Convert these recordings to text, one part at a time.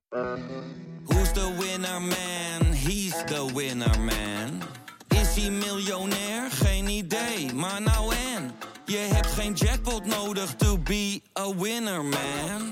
Who's the winner man? He's the winner man. Is hij miljonair? Geen idee, maar nou en. Je hebt geen jackpot nodig to be a winner man.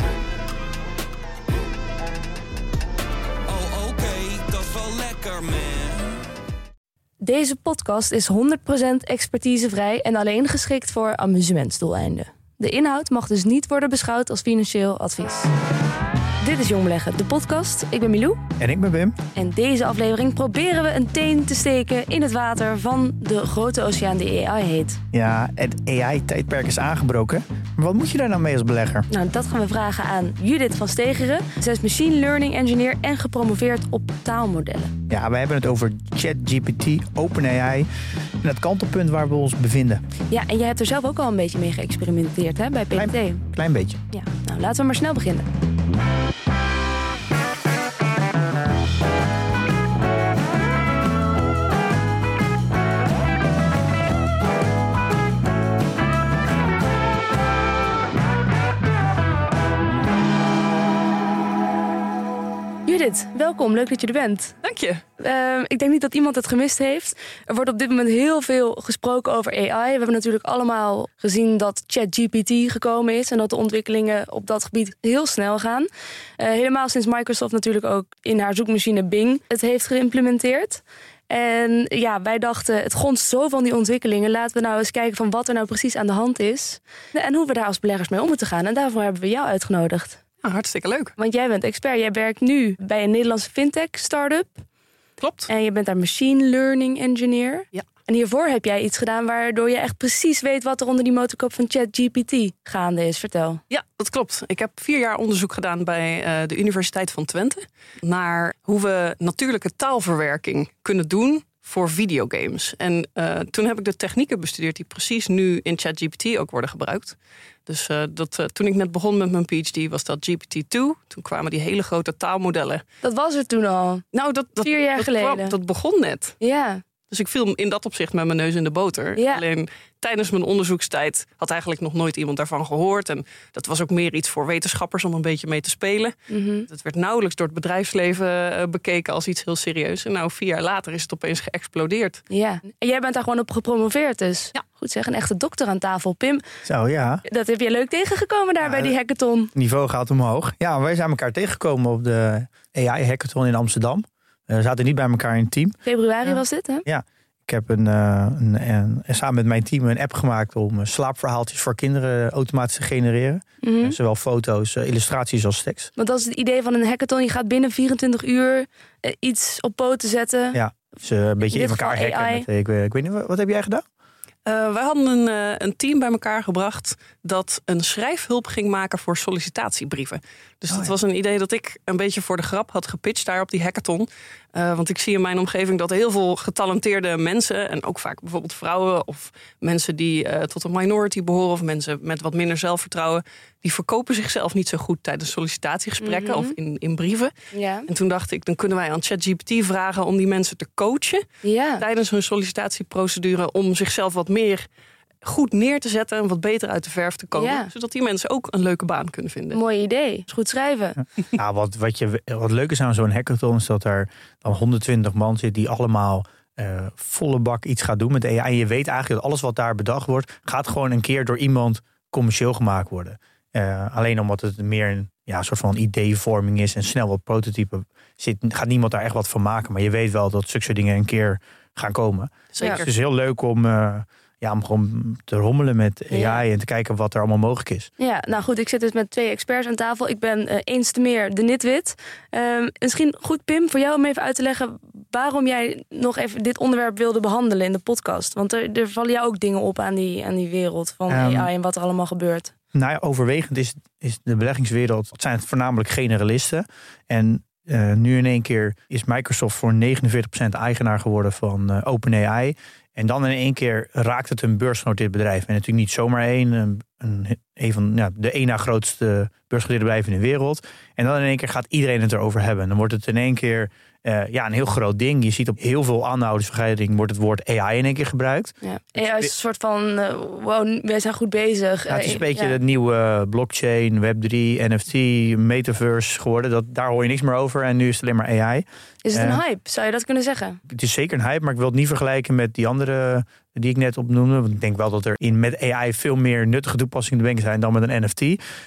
Oh oké, dat is wel lekker man. Deze podcast is 100% expertisevrij en alleen geschikt voor amusementsdoeleinden. De inhoud mag dus niet worden beschouwd als financieel advies. Dit is Jong Beleggen, de podcast. Ik ben Milou. En ik ben Wim. En deze aflevering proberen we een teen te steken in het water van de grote oceaan die AI heet. Ja, het AI-tijdperk is aangebroken. Maar wat moet je daar nou mee als belegger? Nou, dat gaan we vragen aan Judith van Stegeren. Zij is machine learning engineer en gepromoveerd op taalmodellen. Ja, wij hebben het over ChatGPT, OpenAI en het kantelpunt waar we ons bevinden. Ja, en jij hebt er zelf ook al een beetje mee geëxperimenteerd, hè, bij PPT. Klein beetje. Ja, nou laten we maar snel beginnen. Judith, welkom. Leuk dat je er bent. Dank je. Ik denk niet dat iemand het gemist heeft. Er wordt op dit moment heel veel gesproken over AI. We hebben natuurlijk allemaal gezien dat ChatGPT gekomen is en dat de ontwikkelingen op dat gebied heel snel gaan. Helemaal sinds Microsoft natuurlijk ook in haar zoekmachine Bing het heeft geïmplementeerd. En ja, wij dachten, het gonst zo van die ontwikkelingen. Laten we nou eens kijken van wat er nou precies aan de hand is. En hoe we daar als beleggers mee om moeten gaan. En daarvoor hebben we jou uitgenodigd. Ja, hartstikke leuk. Want jij bent expert. Jij werkt nu bij een Nederlandse fintech-startup. Klopt. En je bent daar machine learning engineer. Ja. En hiervoor heb jij iets gedaan waardoor je echt precies weet wat er onder die motorkap van ChatGPT gaande is. Vertel. Ja, dat klopt. Ik heb 4 jaar onderzoek gedaan bij de Universiteit van Twente naar hoe we natuurlijke taalverwerking kunnen doen voor videogames. En toen heb ik de technieken bestudeerd die precies nu in ChatGPT ook worden gebruikt. Dus toen ik net begon met mijn PhD was dat GPT-2. Toen kwamen die hele grote taalmodellen. Dat was er toen al. Nou, 4 jaar geleden. Dat begon net. Ja. Dus ik viel in dat opzicht met mijn neus in de boter. Ja. Alleen tijdens mijn onderzoekstijd had eigenlijk nog nooit iemand daarvan gehoord. En dat was ook meer iets voor wetenschappers om een beetje mee te spelen. Mm-hmm. Dat werd nauwelijks door het bedrijfsleven bekeken als iets heel serieus. En nou 4 jaar later is het opeens geëxplodeerd. Ja. En jij bent daar gewoon op gepromoveerd dus. Ja. Goed zeg, een echte dokter aan tafel. Pim, Zo, ja. dat heb je leuk tegengekomen daar bij die hackathon. Niveau gaat omhoog. Ja, wij zijn elkaar tegengekomen op de AI-hackathon in Amsterdam. We zaten niet bij elkaar in een team. Februari was dit, hè? Ja. Ik heb samen met mijn team een app gemaakt om slaapverhaaltjes voor kinderen automatisch te genereren. Mm-hmm. Zowel foto's, illustraties als tekst. Want dat is het idee van een hackathon. Je gaat binnen 24 uur iets op poten zetten. Ja, dus een beetje in elkaar geval AI. hacken. Ik weet niet, wat heb jij gedaan? Wij hadden een team bij elkaar gebracht dat een schrijfhulp ging maken voor sollicitatiebrieven. Dus dat was een idee dat ik een beetje voor de grap had gepitcht daar op die hackathon. Want ik zie in mijn omgeving dat heel veel getalenteerde mensen, en ook vaak bijvoorbeeld vrouwen of mensen die tot een minority behoren of mensen met wat minder zelfvertrouwen, die verkopen zichzelf niet zo goed tijdens sollicitatiegesprekken of in brieven. Ja. En toen dacht ik, dan kunnen wij aan ChatGPT vragen om die mensen te coachen Ja. tijdens hun sollicitatieprocedure om zichzelf wat meer goed neer te zetten en wat beter uit de verf te komen. Ja. Zodat die mensen ook een leuke baan kunnen vinden. Mooi idee. Is goed schrijven. Nou, wat leuk is aan zo'n hackathon is dat er dan 120 man zit die allemaal volle bak iets gaat doen met AI. En je weet eigenlijk dat alles wat daar bedacht wordt, gaat gewoon een keer door iemand commercieel gemaakt worden. Alleen omdat het meer een soort van ideevorming is en snel wat prototypen zit, gaat niemand daar echt wat van maken. Maar je weet wel dat zulke soort dingen een keer gaan komen. Zeker. Dus het is heel leuk om gewoon te rommelen met AI en te kijken wat er allemaal mogelijk is. Ja, nou goed, ik zit dus met 2 experts aan tafel. Ik ben eens te meer de nitwit. Misschien goed, Pim, voor jou om even uit te leggen waarom jij nog even dit onderwerp wilde behandelen in de podcast. Want er vallen jou ook dingen op aan die wereld van AI en wat er allemaal gebeurt. Nou ja, overwegend is de beleggingswereld, het zijn voornamelijk generalisten. En nu in één keer is Microsoft voor 49% eigenaar geworden van OpenAI. En dan in één keer raakt het een beursgenoteerd bedrijf. En natuurlijk niet zomaar één. een van de één na grootste beursgenoteerde bedrijven in de wereld. En dan in één keer gaat iedereen het erover hebben. En dan wordt het in één keer een heel groot ding. Je ziet op heel veel aandeelhoudersvergaderingen wordt het woord AI in één keer gebruikt. Ja. AI is een soort van, wow, wij zijn goed bezig. Ja, het is een beetje de nieuwe blockchain, Web3, NFT, metaverse geworden. Daar hoor je niks meer over en nu is het alleen maar AI. Is het een hype? Zou je dat kunnen zeggen? Het is zeker een hype, maar ik wil het niet vergelijken met die andere die ik net opnoemde. Want ik denk wel dat er met AI veel meer nuttige toepassingen te denken zijn dan met een NFT.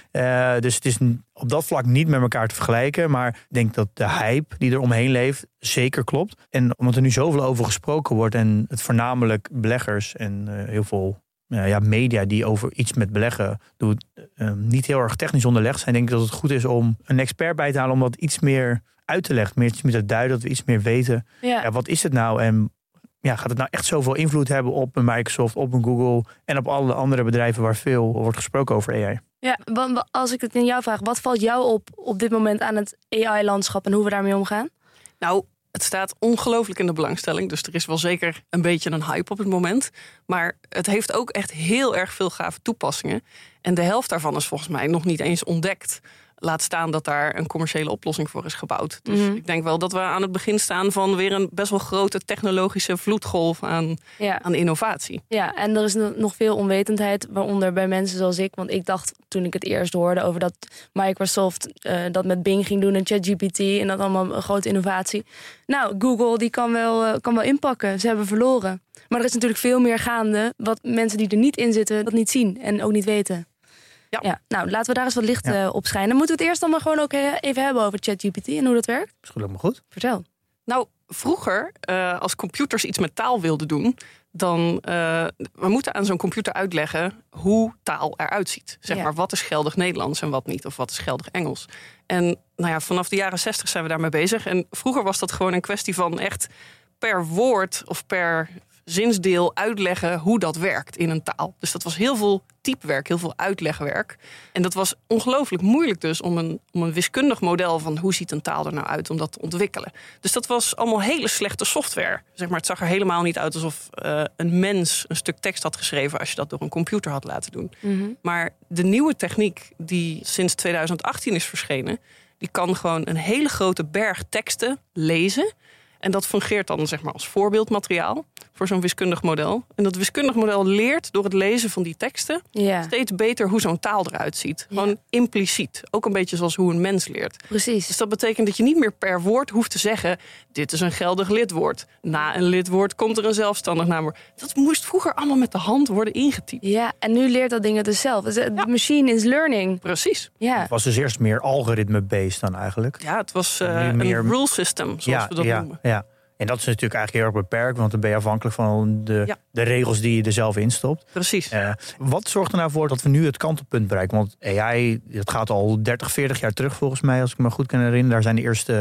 Dus het is op dat vlak niet met elkaar te vergelijken. Maar ik denk dat de hype die er omheen leeft zeker klopt. En omdat er nu zoveel over gesproken wordt en het voornamelijk beleggers en heel veel media die over iets met beleggen doet, niet heel erg technisch onderlegd zijn, denk ik dat het goed is om een expert bij te halen om dat iets meer uit te leggen, iets meer te duiden, dat we iets meer weten. Ja, wat is het nou en gaat het nou echt zoveel invloed hebben op een Microsoft, op een Google en op alle andere bedrijven waar veel wordt gesproken over AI? Ja, als ik het in jou vraag, wat valt jou op dit moment aan het AI-landschap en hoe we daarmee omgaan? Nou, het staat ongelooflijk in de belangstelling. Dus er is wel zeker een beetje een hype op het moment. Maar het heeft ook echt heel erg veel gave toepassingen. En de helft daarvan is volgens mij nog niet eens ontdekt. Laat staan dat daar een commerciële oplossing voor is gebouwd. Dus ik denk wel dat we aan het begin staan van weer een best wel grote technologische vloedgolf aan innovatie. Ja, en er is nog veel onwetendheid, waaronder bij mensen zoals ik. Want ik dacht toen ik het eerst hoorde over dat Microsoft dat met Bing ging doen en ChatGPT en dat allemaal een grote innovatie. Nou, Google die kan wel inpakken. Ze hebben verloren. Maar er is natuurlijk veel meer gaande wat mensen die er niet in zitten dat niet zien en ook niet weten. Ja, nou, laten we daar eens wat licht op schijnen. Moeten we het eerst dan maar gewoon ook even hebben over ChatGPT en hoe dat werkt? Dat is helemaal goed. Vertel. Nou, vroeger, als computers iets met taal wilden doen, dan we moeten aan zo'n computer uitleggen hoe taal eruit ziet. Zeg maar, wat is geldig Nederlands en wat niet, of wat is geldig Engels. En vanaf de jaren 60 zijn we daarmee bezig. En vroeger was dat gewoon een kwestie van echt per woord of per zinsdeel uitleggen hoe dat werkt in een taal. Dus dat was heel veel typewerk, heel veel uitlegwerk. En dat was ongelooflijk moeilijk dus om een wiskundig model van hoe ziet een taal er nou uit, om dat te ontwikkelen. Dus dat was allemaal hele slechte software. Zeg maar, het zag er helemaal niet uit alsof een mens een stuk tekst had geschreven als je dat door een computer had laten doen. Mm-hmm. Maar de nieuwe techniek die sinds 2018 is verschenen, die kan gewoon een hele grote berg teksten lezen. En dat fungeert dan zeg maar als voorbeeldmateriaal voor zo'n wiskundig model. En dat wiskundig model leert door het lezen van die teksten steeds beter hoe zo'n taal eruit ziet. Gewoon impliciet. Ook een beetje zoals hoe een mens leert. Precies. Dus dat betekent dat je niet meer per woord hoeft te zeggen, dit is een geldig lidwoord. Na een lidwoord komt er een zelfstandig naamwoord. Dat moest vroeger allemaal met de hand worden ingetypt. Ja, en nu leert dat ding het dus zelf. De machine is learning. Precies. Ja. Het was dus eerst meer algoritme-based dan eigenlijk. Ja, het was een rule system, zoals we dat noemen. Ja. En dat is natuurlijk eigenlijk heel erg beperkt, want dan ben je afhankelijk van de regels die je er zelf instopt. Precies. Wat zorgt er nou voor dat we nu het kantelpunt bereiken? Want AI, dat gaat al 30, 40 jaar terug volgens mij, als ik me goed kan herinneren. Daar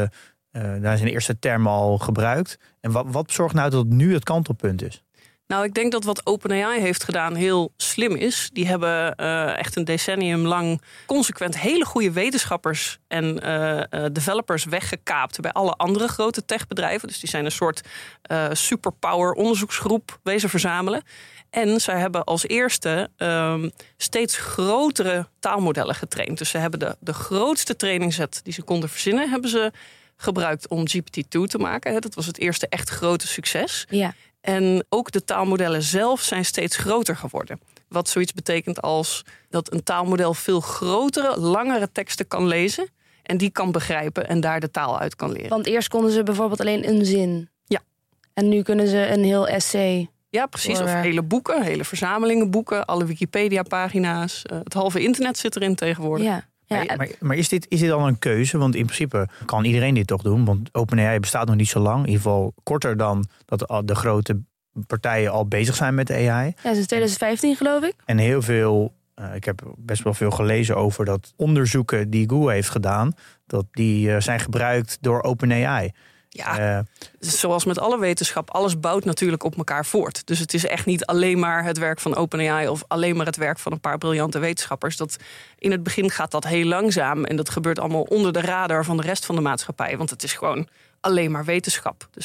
zijn de eerste termen al gebruikt. En wat zorgt nou dat het nu het kantelpunt is? Nou, ik denk dat wat OpenAI heeft gedaan heel slim is. Die hebben echt een decennium lang consequent hele goede wetenschappers en developers weggekaapt bij alle andere grote techbedrijven. Dus die zijn een soort superpower onderzoeksgroep wezen verzamelen. En zij hebben als eerste steeds grotere taalmodellen getraind. Dus ze hebben de grootste trainingsset die ze konden verzinnen, hebben ze gebruikt om GPT-2 te maken. Dat was het eerste echt grote succes. Ja. En ook de taalmodellen zelf zijn steeds groter geworden. Wat zoiets betekent als dat een taalmodel veel grotere, langere teksten kan lezen en die kan begrijpen en daar de taal uit kan leren. Want eerst konden ze bijvoorbeeld alleen een zin. Ja. En nu kunnen ze een heel essay. Ja, precies. Of hele boeken, hele verzamelingen boeken, alle Wikipedia-pagina's. Het halve internet zit erin tegenwoordig. Ja. Ja. Maar is dit dan een keuze? Want in principe kan iedereen dit toch doen. Want OpenAI bestaat nog niet zo lang. In ieder geval korter dan dat de grote partijen al bezig zijn met AI. Ja, sinds 2015 geloof ik. En heel veel, ik heb best wel veel gelezen over dat onderzoeken die Google heeft gedaan, dat die zijn gebruikt door OpenAI. Ja, zoals met alle wetenschap, alles bouwt natuurlijk op elkaar voort. Dus het is echt niet alleen maar het werk van OpenAI of alleen maar het werk van een paar briljante wetenschappers. In het begin gaat dat heel langzaam en dat gebeurt allemaal onder de radar van de rest van de maatschappij. Want het is gewoon alleen maar wetenschap. Dus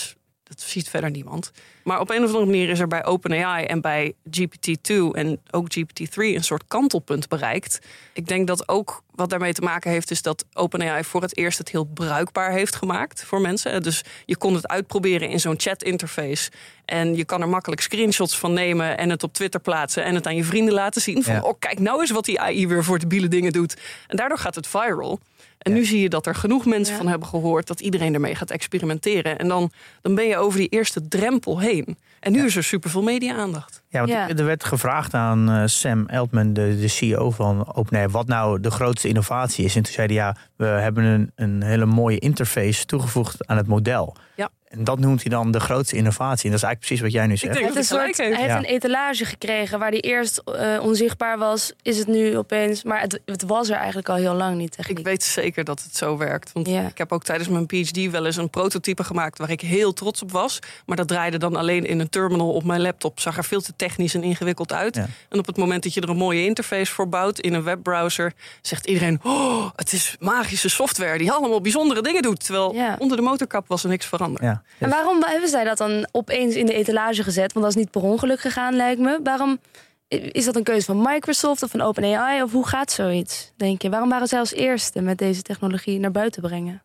Dat ziet verder niemand. Maar op een of andere manier is er bij OpenAI en bij GPT-2 en ook GPT-3 een soort kantelpunt bereikt. Ik denk dat ook wat daarmee te maken heeft, is dat OpenAI voor het eerst het heel bruikbaar heeft gemaakt voor mensen. Dus je kon het uitproberen in zo'n chat-interface. En je kan er makkelijk screenshots van nemen en het op Twitter plaatsen en het aan je vrienden laten zien. Van, kijk nou eens wat die AI weer voor debiele dingen doet. En daardoor gaat het viral. En nu zie je dat er genoeg mensen van hebben gehoord dat iedereen ermee gaat experimenteren. En dan ben je over die eerste drempel heen. En nu is er superveel media-aandacht. Ja, want er werd gevraagd aan Sam Altman, de CEO van OpenAI, wat nou de grootste innovatie is. En toen zei hij, we hebben een hele mooie interface toegevoegd aan het model. Ja. En dat noemt hij dan de grootste innovatie. En dat is eigenlijk precies wat jij nu zegt. Hij heeft een etalage gekregen waar hij eerst onzichtbaar was. Is het nu opeens... Maar het was er eigenlijk al heel lang niet, techniek. Ik weet zeker dat het zo werkt. Want ik heb ook tijdens mijn PhD wel eens een prototype gemaakt waar ik heel trots op was. Maar dat draaide dan alleen in een terminal op mijn laptop. Zag er veel te technisch en ingewikkeld uit. Ja. En op het moment dat je er een mooie interface voor bouwt in een webbrowser, zegt iedereen, het is magische software die allemaal bijzondere dingen doet. Terwijl onder de motorkap was er niks veranderd. Ja. En waarom hebben zij dat dan opeens in de etalage gezet? Want dat is niet per ongeluk gegaan, lijkt me. Waarom is dat een keuze van Microsoft of van OpenAI? Of hoe gaat zoiets, denk je? Waarom waren zij als eerste met deze technologie naar buiten brengen?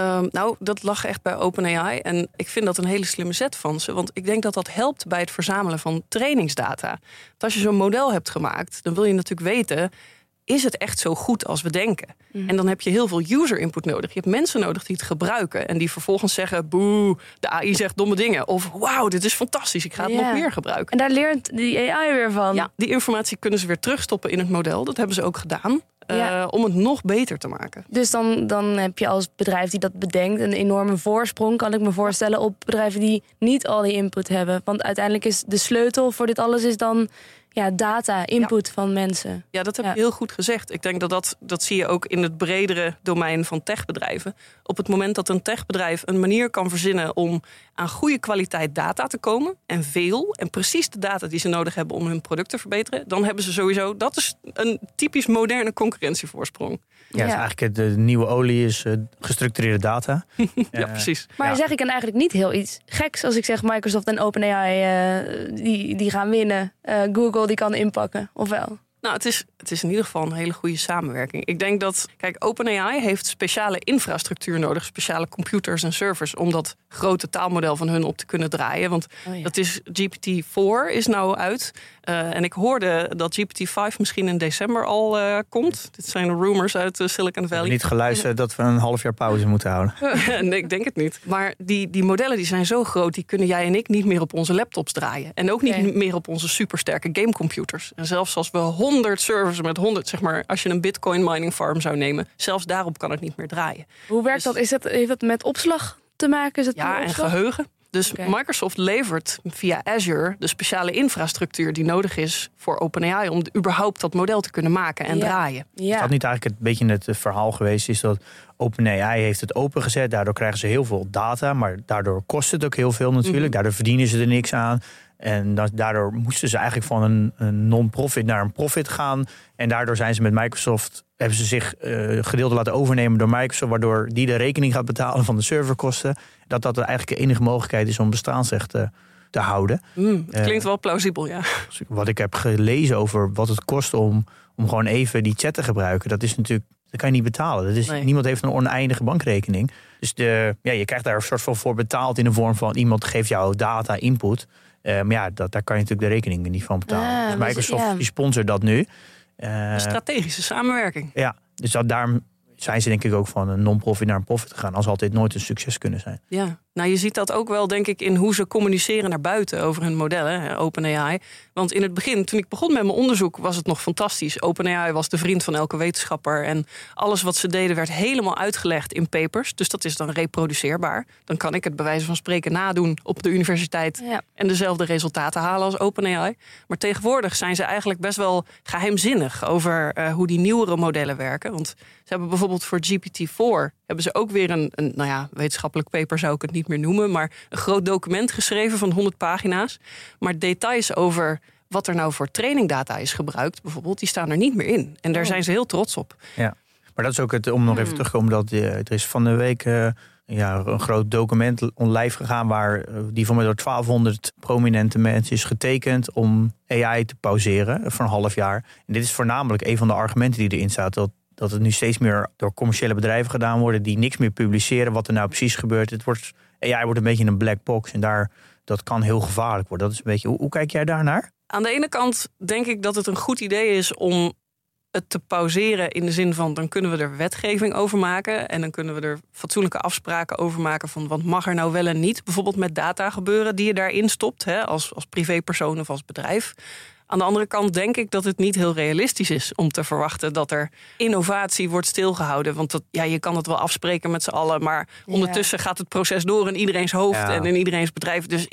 Dat lag echt bij OpenAI. En ik vind dat een hele slimme zet van ze. Want ik denk dat dat helpt bij het verzamelen van trainingsdata. Want als je zo'n model hebt gemaakt, dan wil je natuurlijk weten, is het echt zo goed als we denken? En dan heb je heel veel user input nodig. Je hebt mensen nodig die het gebruiken. En die vervolgens zeggen, boe, de AI zegt domme dingen. Of wauw, dit is fantastisch, ik ga het nog meer gebruiken. En daar leert die AI weer van. Ja, die informatie kunnen ze weer terugstoppen in het model. Dat hebben ze ook gedaan. Om het nog beter te maken. Dus dan heb je als bedrijf die dat bedenkt een enorme voorsprong, kan ik me voorstellen, op bedrijven die niet al die input hebben. Want uiteindelijk is de sleutel voor dit alles is dan data, input van mensen. Ja, dat heb je heel goed gezegd. Ik denk dat zie je ook in het bredere domein van techbedrijven. Op het moment dat een techbedrijf een manier kan verzinnen om aan goede kwaliteit data te komen, en veel, en precies de data die ze nodig hebben om hun product te verbeteren, dan hebben ze sowieso, dat is een typisch moderne concurrentievoorsprong. Ja, dus eigenlijk de nieuwe olie is gestructureerde data. Ja, precies. Maar zeg ik dan eigenlijk niet heel iets geks als ik zeg Microsoft en OpenAI die gaan winnen. Google die kan inpakken, of wel? Nou, het is in ieder geval een hele goede samenwerking. Ik denk dat, OpenAI heeft speciale infrastructuur nodig, speciale computers en servers, om dat grote taalmodel van hun op te kunnen draaien. Want dat is GPT-4 is nou uit. En ik hoorde dat GPT-5 misschien in december al komt. Dit zijn de rumors uit Silicon Valley. Niet geluisterd dat we een half jaar pauze moeten houden. Nee, ik denk het niet. Maar die modellen die zijn zo groot, die kunnen jij en ik niet meer op onze laptops draaien. En ook niet meer op onze supersterke gamecomputers. En zelfs als we 100 servers met 100, zeg maar, als je een Bitcoin mining farm zou nemen, zelfs daarop kan het niet meer draaien. Hoe werkt dat? Heeft het met opslag te maken? Is het en geheugen. Dus Microsoft levert via Azure de speciale infrastructuur die nodig is voor OpenAI om überhaupt dat model te kunnen maken en draaien. Ja. Is dat niet eigenlijk een beetje het verhaal geweest, is dat OpenAI heeft het opengezet, daardoor krijgen ze heel veel data, maar daardoor kost het ook heel veel natuurlijk. Daardoor verdienen ze er niks aan. En daardoor moesten ze eigenlijk van een non-profit naar een profit gaan. En daardoor zijn ze met Microsoft, hebben ze zich gedeeltelijk laten overnemen door Microsoft, waardoor die de rekening gaat betalen van de serverkosten. Dat eigenlijk de enige mogelijkheid is om bestaansrecht te houden. Het klinkt wel plausibel, ja. Wat ik heb gelezen over wat het kost om gewoon even die chat te gebruiken, dat is natuurlijk, dat kan je niet betalen. Niemand heeft een oneindige bankrekening. Dus je krijgt daar een soort van voor betaald in de vorm van iemand geeft jou data input. Maar daar kan je natuurlijk de rekening niet van betalen. Dus Microsoft die sponsort dat nu. Een strategische samenwerking. Ja, dus daarom zijn ze denk ik ook van een non-profit naar een profit gegaan. Als altijd nooit een succes kunnen zijn. Ja, nou je ziet dat ook wel denk ik in hoe ze communiceren naar buiten over hun modellen, OpenAI. Want in het begin, toen ik begon met mijn onderzoek, was het nog fantastisch. OpenAI was de vriend van elke wetenschapper. En alles wat ze deden werd helemaal uitgelegd in papers. Dus dat is dan reproduceerbaar. Dan kan ik het bij wijze van spreken nadoen op de universiteit. En dezelfde resultaten halen als OpenAI. Maar tegenwoordig zijn ze eigenlijk best wel geheimzinnig over hoe die nieuwere modellen werken. Want ze hebben bijvoorbeeld voor GPT-4 hebben ze ook weer een wetenschappelijk paper zou ik het niet meer noemen, maar een groot document geschreven van 100 pagina's. Maar details over wat er nou voor trainingdata is gebruikt, bijvoorbeeld, die staan er niet meer in. En daar zijn ze heel trots op. Ja, maar dat is ook om nog even terug te komen, dat er is van de week een groot document live gegaan waar die van mij door 1200 prominente mensen is getekend om AI te pauzeren voor een half jaar. En dit is voornamelijk een van de argumenten die erin staat, dat het nu steeds meer door commerciële bedrijven gedaan worden die niks meer publiceren wat er nou precies gebeurt. AI wordt een beetje een black box en dat kan heel gevaarlijk worden. Dat is een beetje, hoe kijk jij daarnaar? Aan de ene kant denk ik dat het een goed idee is om het te pauzeren in de zin van dan kunnen we er wetgeving over maken en dan kunnen we er fatsoenlijke afspraken over maken van wat mag er nou wel en niet. Bijvoorbeeld met data gebeuren die je daarin stopt, als privépersoon of als bedrijf. Aan de andere kant denk ik dat het niet heel realistisch is om te verwachten dat er innovatie wordt stilgehouden. Want je kan het wel afspreken met z'n allen, maar ondertussen gaat het proces door in iedereens hoofd en in iedereens bedrijf. Dus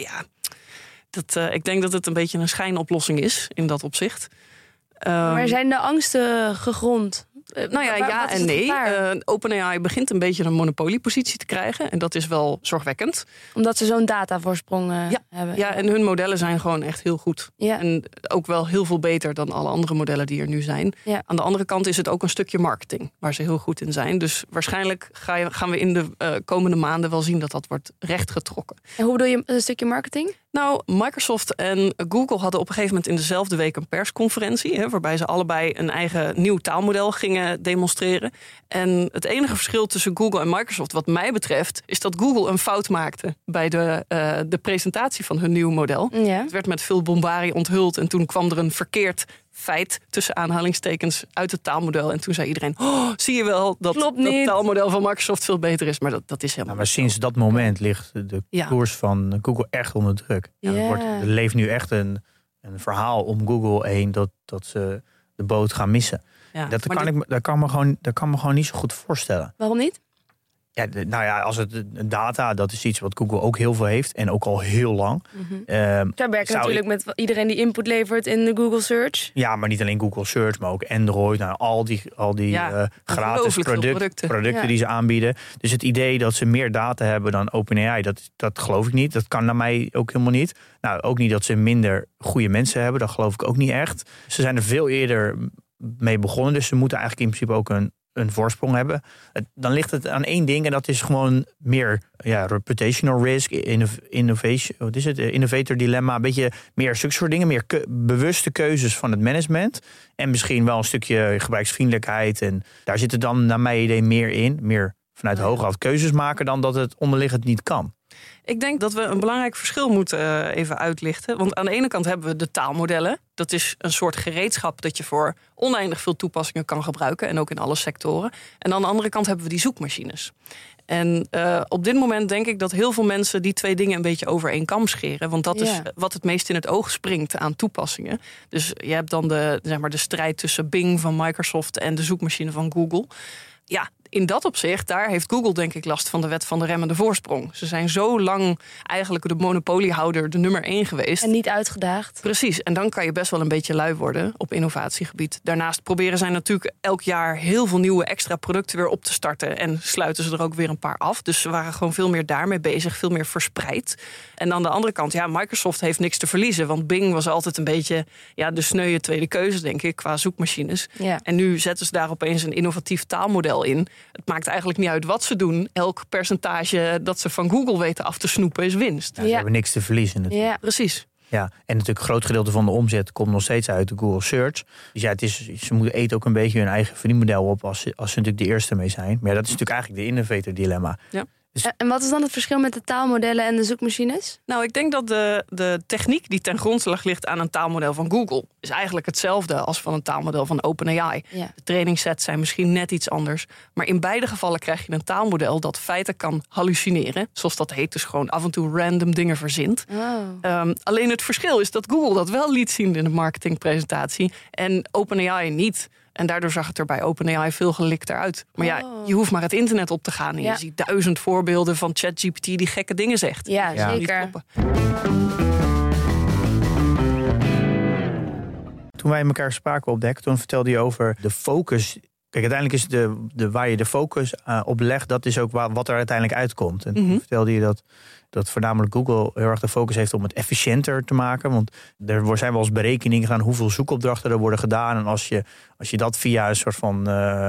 ik denk dat het een beetje een schijnoplossing is in dat opzicht. Maar zijn de angsten gegrond? Ja en nee. OpenAI begint een beetje een monopoliepositie te krijgen. En dat is wel zorgwekkend. Omdat ze zo'n datavoorsprong hebben. Ja, en hun modellen zijn gewoon echt heel goed. Ja. En ook wel heel veel beter dan alle andere modellen die er nu zijn. Ja. Aan de andere kant is het ook een stukje marketing waar ze heel goed in zijn. Dus waarschijnlijk gaan we in de komende maanden wel zien dat wordt rechtgetrokken. En hoe bedoel je een stukje marketing? Nou, Microsoft en Google hadden op een gegeven moment in dezelfde week een persconferentie, waarbij ze allebei een eigen nieuw taalmodel gingen demonstreren. En het enige verschil tussen Google en Microsoft, wat mij betreft, is dat Google een fout maakte bij de presentatie van hun nieuw model. Ja. Het werd met veel bombarie onthuld en toen kwam er een verkeerd feit tussen aanhalingstekens uit het taalmodel. En toen zei iedereen, zie je wel dat dat taalmodel van Microsoft veel beter is. Maar dat is helemaal maar sinds dat moment ligt de koers van Google echt onder druk. Ja. Er leeft nu echt een verhaal om Google heen dat ze de boot gaan missen. Ja, dat kan me gewoon niet zo goed voorstellen. Waarom niet? Ja, als het data, dat is iets wat Google ook heel veel heeft. En ook al heel lang. Mm-hmm. Daar werken natuurlijk met iedereen die input levert in de Google Search. Ja, maar niet alleen Google Search, maar ook Android. Al die gratis producten die ze aanbieden. Dus het idee dat ze meer data hebben dan OpenAI, dat geloof ik niet. Dat kan naar mij ook helemaal niet. Nou, ook niet dat ze minder goede mensen hebben. Dat geloof ik ook niet echt. Ze zijn er veel eerder mee begonnen. Dus ze moeten eigenlijk in principe ook een voorsprong hebben. Dan ligt het aan één ding en dat is gewoon meer reputational risk, innovation, wat is het? Innovator dilemma, een beetje meer zulke soort dingen, meer bewuste keuzes van het management en misschien wel een stukje gebruiksvriendelijkheid en daar zit er dan naar mijn idee meer in, meer vanuit hogeraf keuzes maken dan dat het onderliggend niet kan. Ik denk dat we een belangrijk verschil moeten even uitlichten. Want aan de ene kant hebben we de taalmodellen. Dat is een soort gereedschap dat je voor oneindig veel toepassingen kan gebruiken. En ook in alle sectoren. En aan de andere kant hebben we die zoekmachines. En op dit moment denk ik dat heel veel mensen die twee dingen een beetje over één kam scheren. Want dat is wat het meest in het oog springt aan toepassingen. Dus je hebt dan de strijd tussen Bing van Microsoft en de zoekmachine van Google. Ja, in dat opzicht, daar heeft Google denk ik last van de wet van de remmende voorsprong. Ze zijn zo lang eigenlijk de monopoliehouder, de nummer 1 geweest. En niet uitgedaagd. Precies, en dan kan je best wel een beetje lui worden op innovatiegebied. Daarnaast proberen zij natuurlijk elk jaar heel veel nieuwe extra producten weer op te starten. En sluiten ze er ook weer een paar af. Dus ze waren gewoon veel meer daarmee bezig, veel meer verspreid. En aan de andere kant, Microsoft heeft niks te verliezen. Want Bing was altijd een beetje de sneuwe tweede keuze, denk ik, qua zoekmachines. Ja. En nu zetten ze daar opeens een innovatief taalmodel in. Het maakt eigenlijk niet uit wat ze doen. Elk percentage dat ze van Google weten af te snoepen is winst. Ze hebben niks te verliezen natuurlijk. Ja, precies. Ja, en natuurlijk een groot gedeelte van de omzet komt nog steeds uit de Google Search. Dus ze moeten eten ook een beetje hun eigen verdienmodel op als ze natuurlijk de eerste mee zijn. Maar dat is natuurlijk eigenlijk de innovator dilemma. Ja. Dus... En wat is dan het verschil met de taalmodellen en de zoekmachines? Nou, ik denk dat de techniek die ten grondslag ligt aan een taalmodel van Google is eigenlijk hetzelfde als van een taalmodel van OpenAI. Ja. De trainingssets zijn misschien net iets anders. Maar in beide gevallen krijg je een taalmodel dat feiten kan hallucineren. Zoals dat heet, dus gewoon af en toe random dingen verzint. Oh. Alleen het verschil is dat Google dat wel liet zien in de marketingpresentatie en OpenAI niet. En daardoor zag het er bij OpenAI veel gelikter uit. Maar je hoeft maar het internet op te gaan en je ziet 1000 voorbeelden van ChatGPT die gekke dingen zegt. Ja, zeker. Toen wij elkaar spraken op Dek, toen vertelde je over de focus. Kijk, uiteindelijk is waar je de focus op legt, dat is ook wat er uiteindelijk uitkomt. En toen vertelde je dat dat voornamelijk Google heel erg de focus heeft om het efficiënter te maken. Want er zijn wel eens berekeningen gedaan hoeveel zoekopdrachten er worden gedaan. En als je dat via een soort van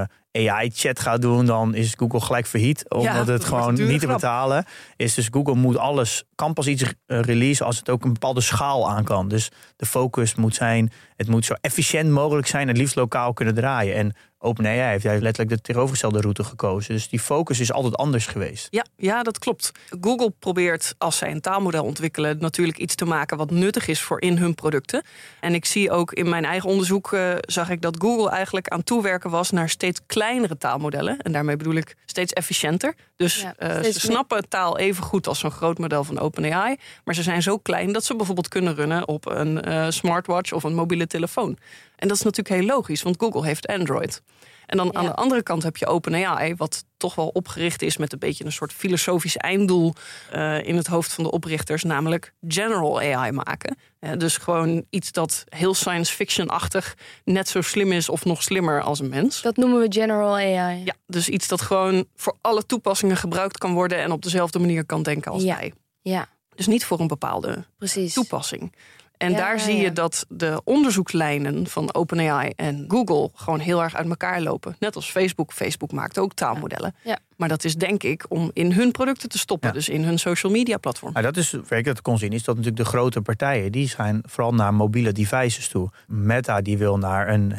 AI-chat gaat doen, dan is Google gelijk failliet. Omdat het gewoon niet te betalen is. Dus Google kan pas iets releasen als het ook een bepaalde schaal aan kan. Dus de focus moet zijn, het moet zo efficiënt mogelijk zijn, het liefst lokaal kunnen draaien. En OpenAI heeft letterlijk de tegenovergestelde route gekozen. Dus die focus is altijd anders geweest. Ja, dat klopt. Google probeert, als zij een taalmodel ontwikkelen, natuurlijk iets te maken wat nuttig is voor in hun producten. En ik zie ook in mijn eigen onderzoek, zag ik dat Google eigenlijk aan toewerken was naar steeds kleinere taalmodellen. En daarmee bedoel ik steeds efficiënter. Dus ze snappen taal even goed als zo'n groot model van OpenAI. Maar ze zijn zo klein dat ze bijvoorbeeld kunnen runnen op een smartwatch of een mobiele telefoon. En dat is natuurlijk heel logisch, want Google heeft Android. En dan aan de andere kant heb je OpenAI, wat toch wel opgericht is met een beetje een soort filosofisch einddoel in het hoofd van de oprichters, namelijk general AI maken. Dus gewoon iets dat heel science fiction-achtig net zo slim is of nog slimmer als een mens. Dat noemen we general AI. Ja, dus iets dat gewoon voor alle toepassingen gebruikt kan worden en op dezelfde manier kan denken als wij. Ja. Dus niet voor een bepaalde toepassing. En daar zie je dat de onderzoekslijnen van OpenAI en Google gewoon heel erg uit elkaar lopen. Net als Facebook. Facebook maakt ook taalmodellen. Ja. Maar dat is denk ik om in hun producten te stoppen. Dus in hun social media platform. Dat is, waar ik dat kon zien, is dat natuurlijk de grote partijen, die gaan vooral naar mobiele devices toe. Meta die wil naar een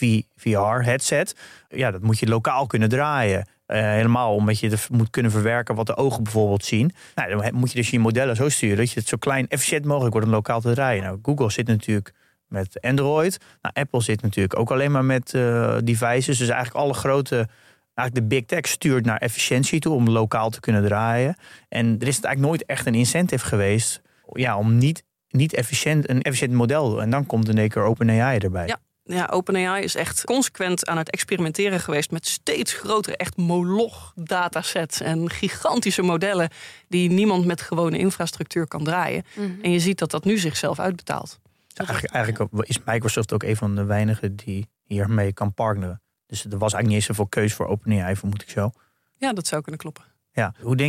VR-headset. Ja, dat moet je lokaal kunnen draaien. Helemaal omdat je moet kunnen verwerken wat de ogen bijvoorbeeld zien. Nou, dan moet je dus je modellen zo sturen dat je het zo klein efficiënt mogelijk wordt om lokaal te draaien. Nou, Google zit natuurlijk met Android. Nou, Apple zit natuurlijk ook alleen maar met devices. Dus eigenlijk alle grote, de big tech stuurt naar efficiëntie toe om lokaal te kunnen draaien. En er is eigenlijk nooit echt een incentive geweest om niet een efficiënt model. En dan komt in één keer OpenAI erbij. Ja, OpenAI is echt consequent aan het experimenteren geweest met steeds grotere, echt moloch datasets en gigantische modellen die niemand met gewone infrastructuur kan draaien. Mm-hmm. En je ziet dat dat nu zichzelf uitbetaalt. Eigenlijk is Microsoft ook een van de weinigen die hiermee kan partneren. Dus er was eigenlijk niet eens zoveel keus voor OpenAI, vermoed ik zo. Ja, dat zou kunnen kloppen. Ja,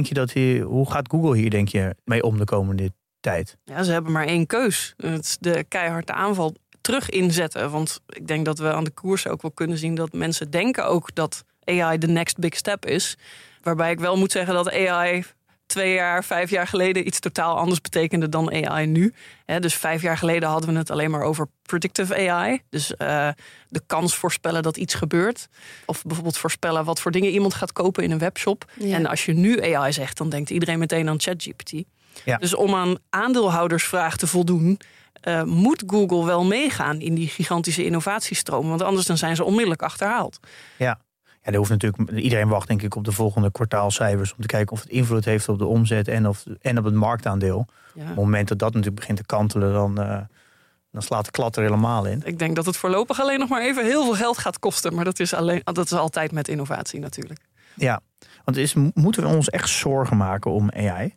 hoe gaat Google hier, denk je, mee om de komende tijd? Ja, ze hebben maar één keus. Het is de keiharde aanval terug inzetten. Want ik denk dat we aan de koers ook wel kunnen zien dat mensen denken ook dat AI de next big step is. Waarbij ik wel moet zeggen dat AI 2 jaar, 5 jaar geleden iets totaal anders betekende dan AI nu. Dus 5 jaar geleden hadden we het alleen maar over predictive AI. Dus de kans voorspellen dat iets gebeurt. Of bijvoorbeeld voorspellen wat voor dingen iemand gaat kopen in een webshop. Ja. En als je nu AI zegt, dan denkt iedereen meteen aan ChatGPT. Ja. Dus om aan aandeelhoudersvraag te voldoen, moet Google wel meegaan in die gigantische innovatiestroom. Want anders dan zijn ze onmiddellijk achterhaald. Ja, er hoeft natuurlijk, iedereen wacht denk ik op de volgende kwartaalcijfers om te kijken of het invloed heeft op de omzet en op het marktaandeel. Ja. Op het moment dat natuurlijk begint te kantelen, dan slaat de klat er helemaal in. Ik denk dat het voorlopig alleen nog maar even heel veel geld gaat kosten. Maar dat is altijd met innovatie natuurlijk. Ja, want moeten we ons echt zorgen maken om AI?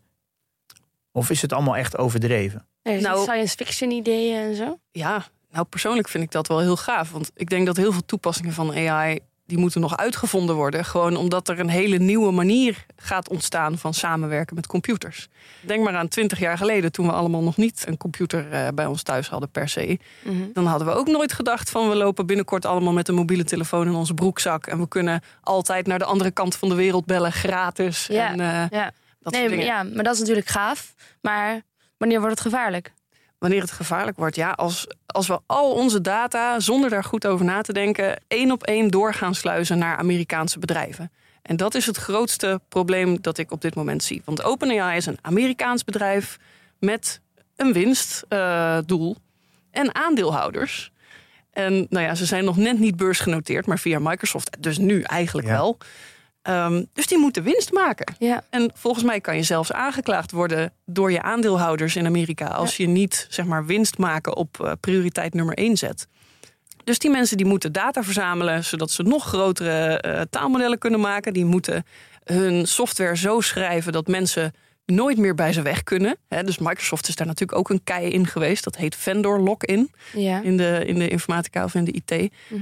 Of is het allemaal echt overdreven? Science fiction ideeën en zo? Ja, persoonlijk vind ik dat wel heel gaaf. Want ik denk dat heel veel toepassingen van AI, die moeten nog uitgevonden worden. Gewoon omdat er een hele nieuwe manier gaat ontstaan van samenwerken met computers. Denk maar aan 20 jaar geleden, toen we allemaal nog niet een computer bij ons thuis hadden per se. Mm-hmm. Dan hadden we ook nooit gedacht van we lopen binnenkort allemaal met een mobiele telefoon in onze broekzak. En we kunnen altijd naar de andere kant van de wereld bellen, gratis. Ja, maar dat is natuurlijk gaaf. Maar wanneer wordt het gevaarlijk? Wanneer het gevaarlijk wordt, als we al onze data, zonder daar goed over na te denken, 1 op 1 door gaan sluizen naar Amerikaanse bedrijven. En dat is het grootste probleem dat ik op dit moment zie. Want OpenAI is een Amerikaans bedrijf met een winstdoel en aandeelhouders. En ze zijn nog net niet beursgenoteerd, maar via Microsoft dus nu eigenlijk wel. Dus die moeten winst maken. Ja. En volgens mij kan je zelfs aangeklaagd worden door je aandeelhouders in Amerika als je niet winst maken op prioriteit nummer 1 zet. Dus die mensen die moeten data verzamelen zodat ze nog grotere taalmodellen kunnen maken. Die moeten hun software zo schrijven dat mensen nooit meer bij ze weg kunnen. Dus Microsoft is daar natuurlijk ook een kei in geweest. Dat heet vendor lock-in in de informatica of in de IT. Mm-hmm. Ja.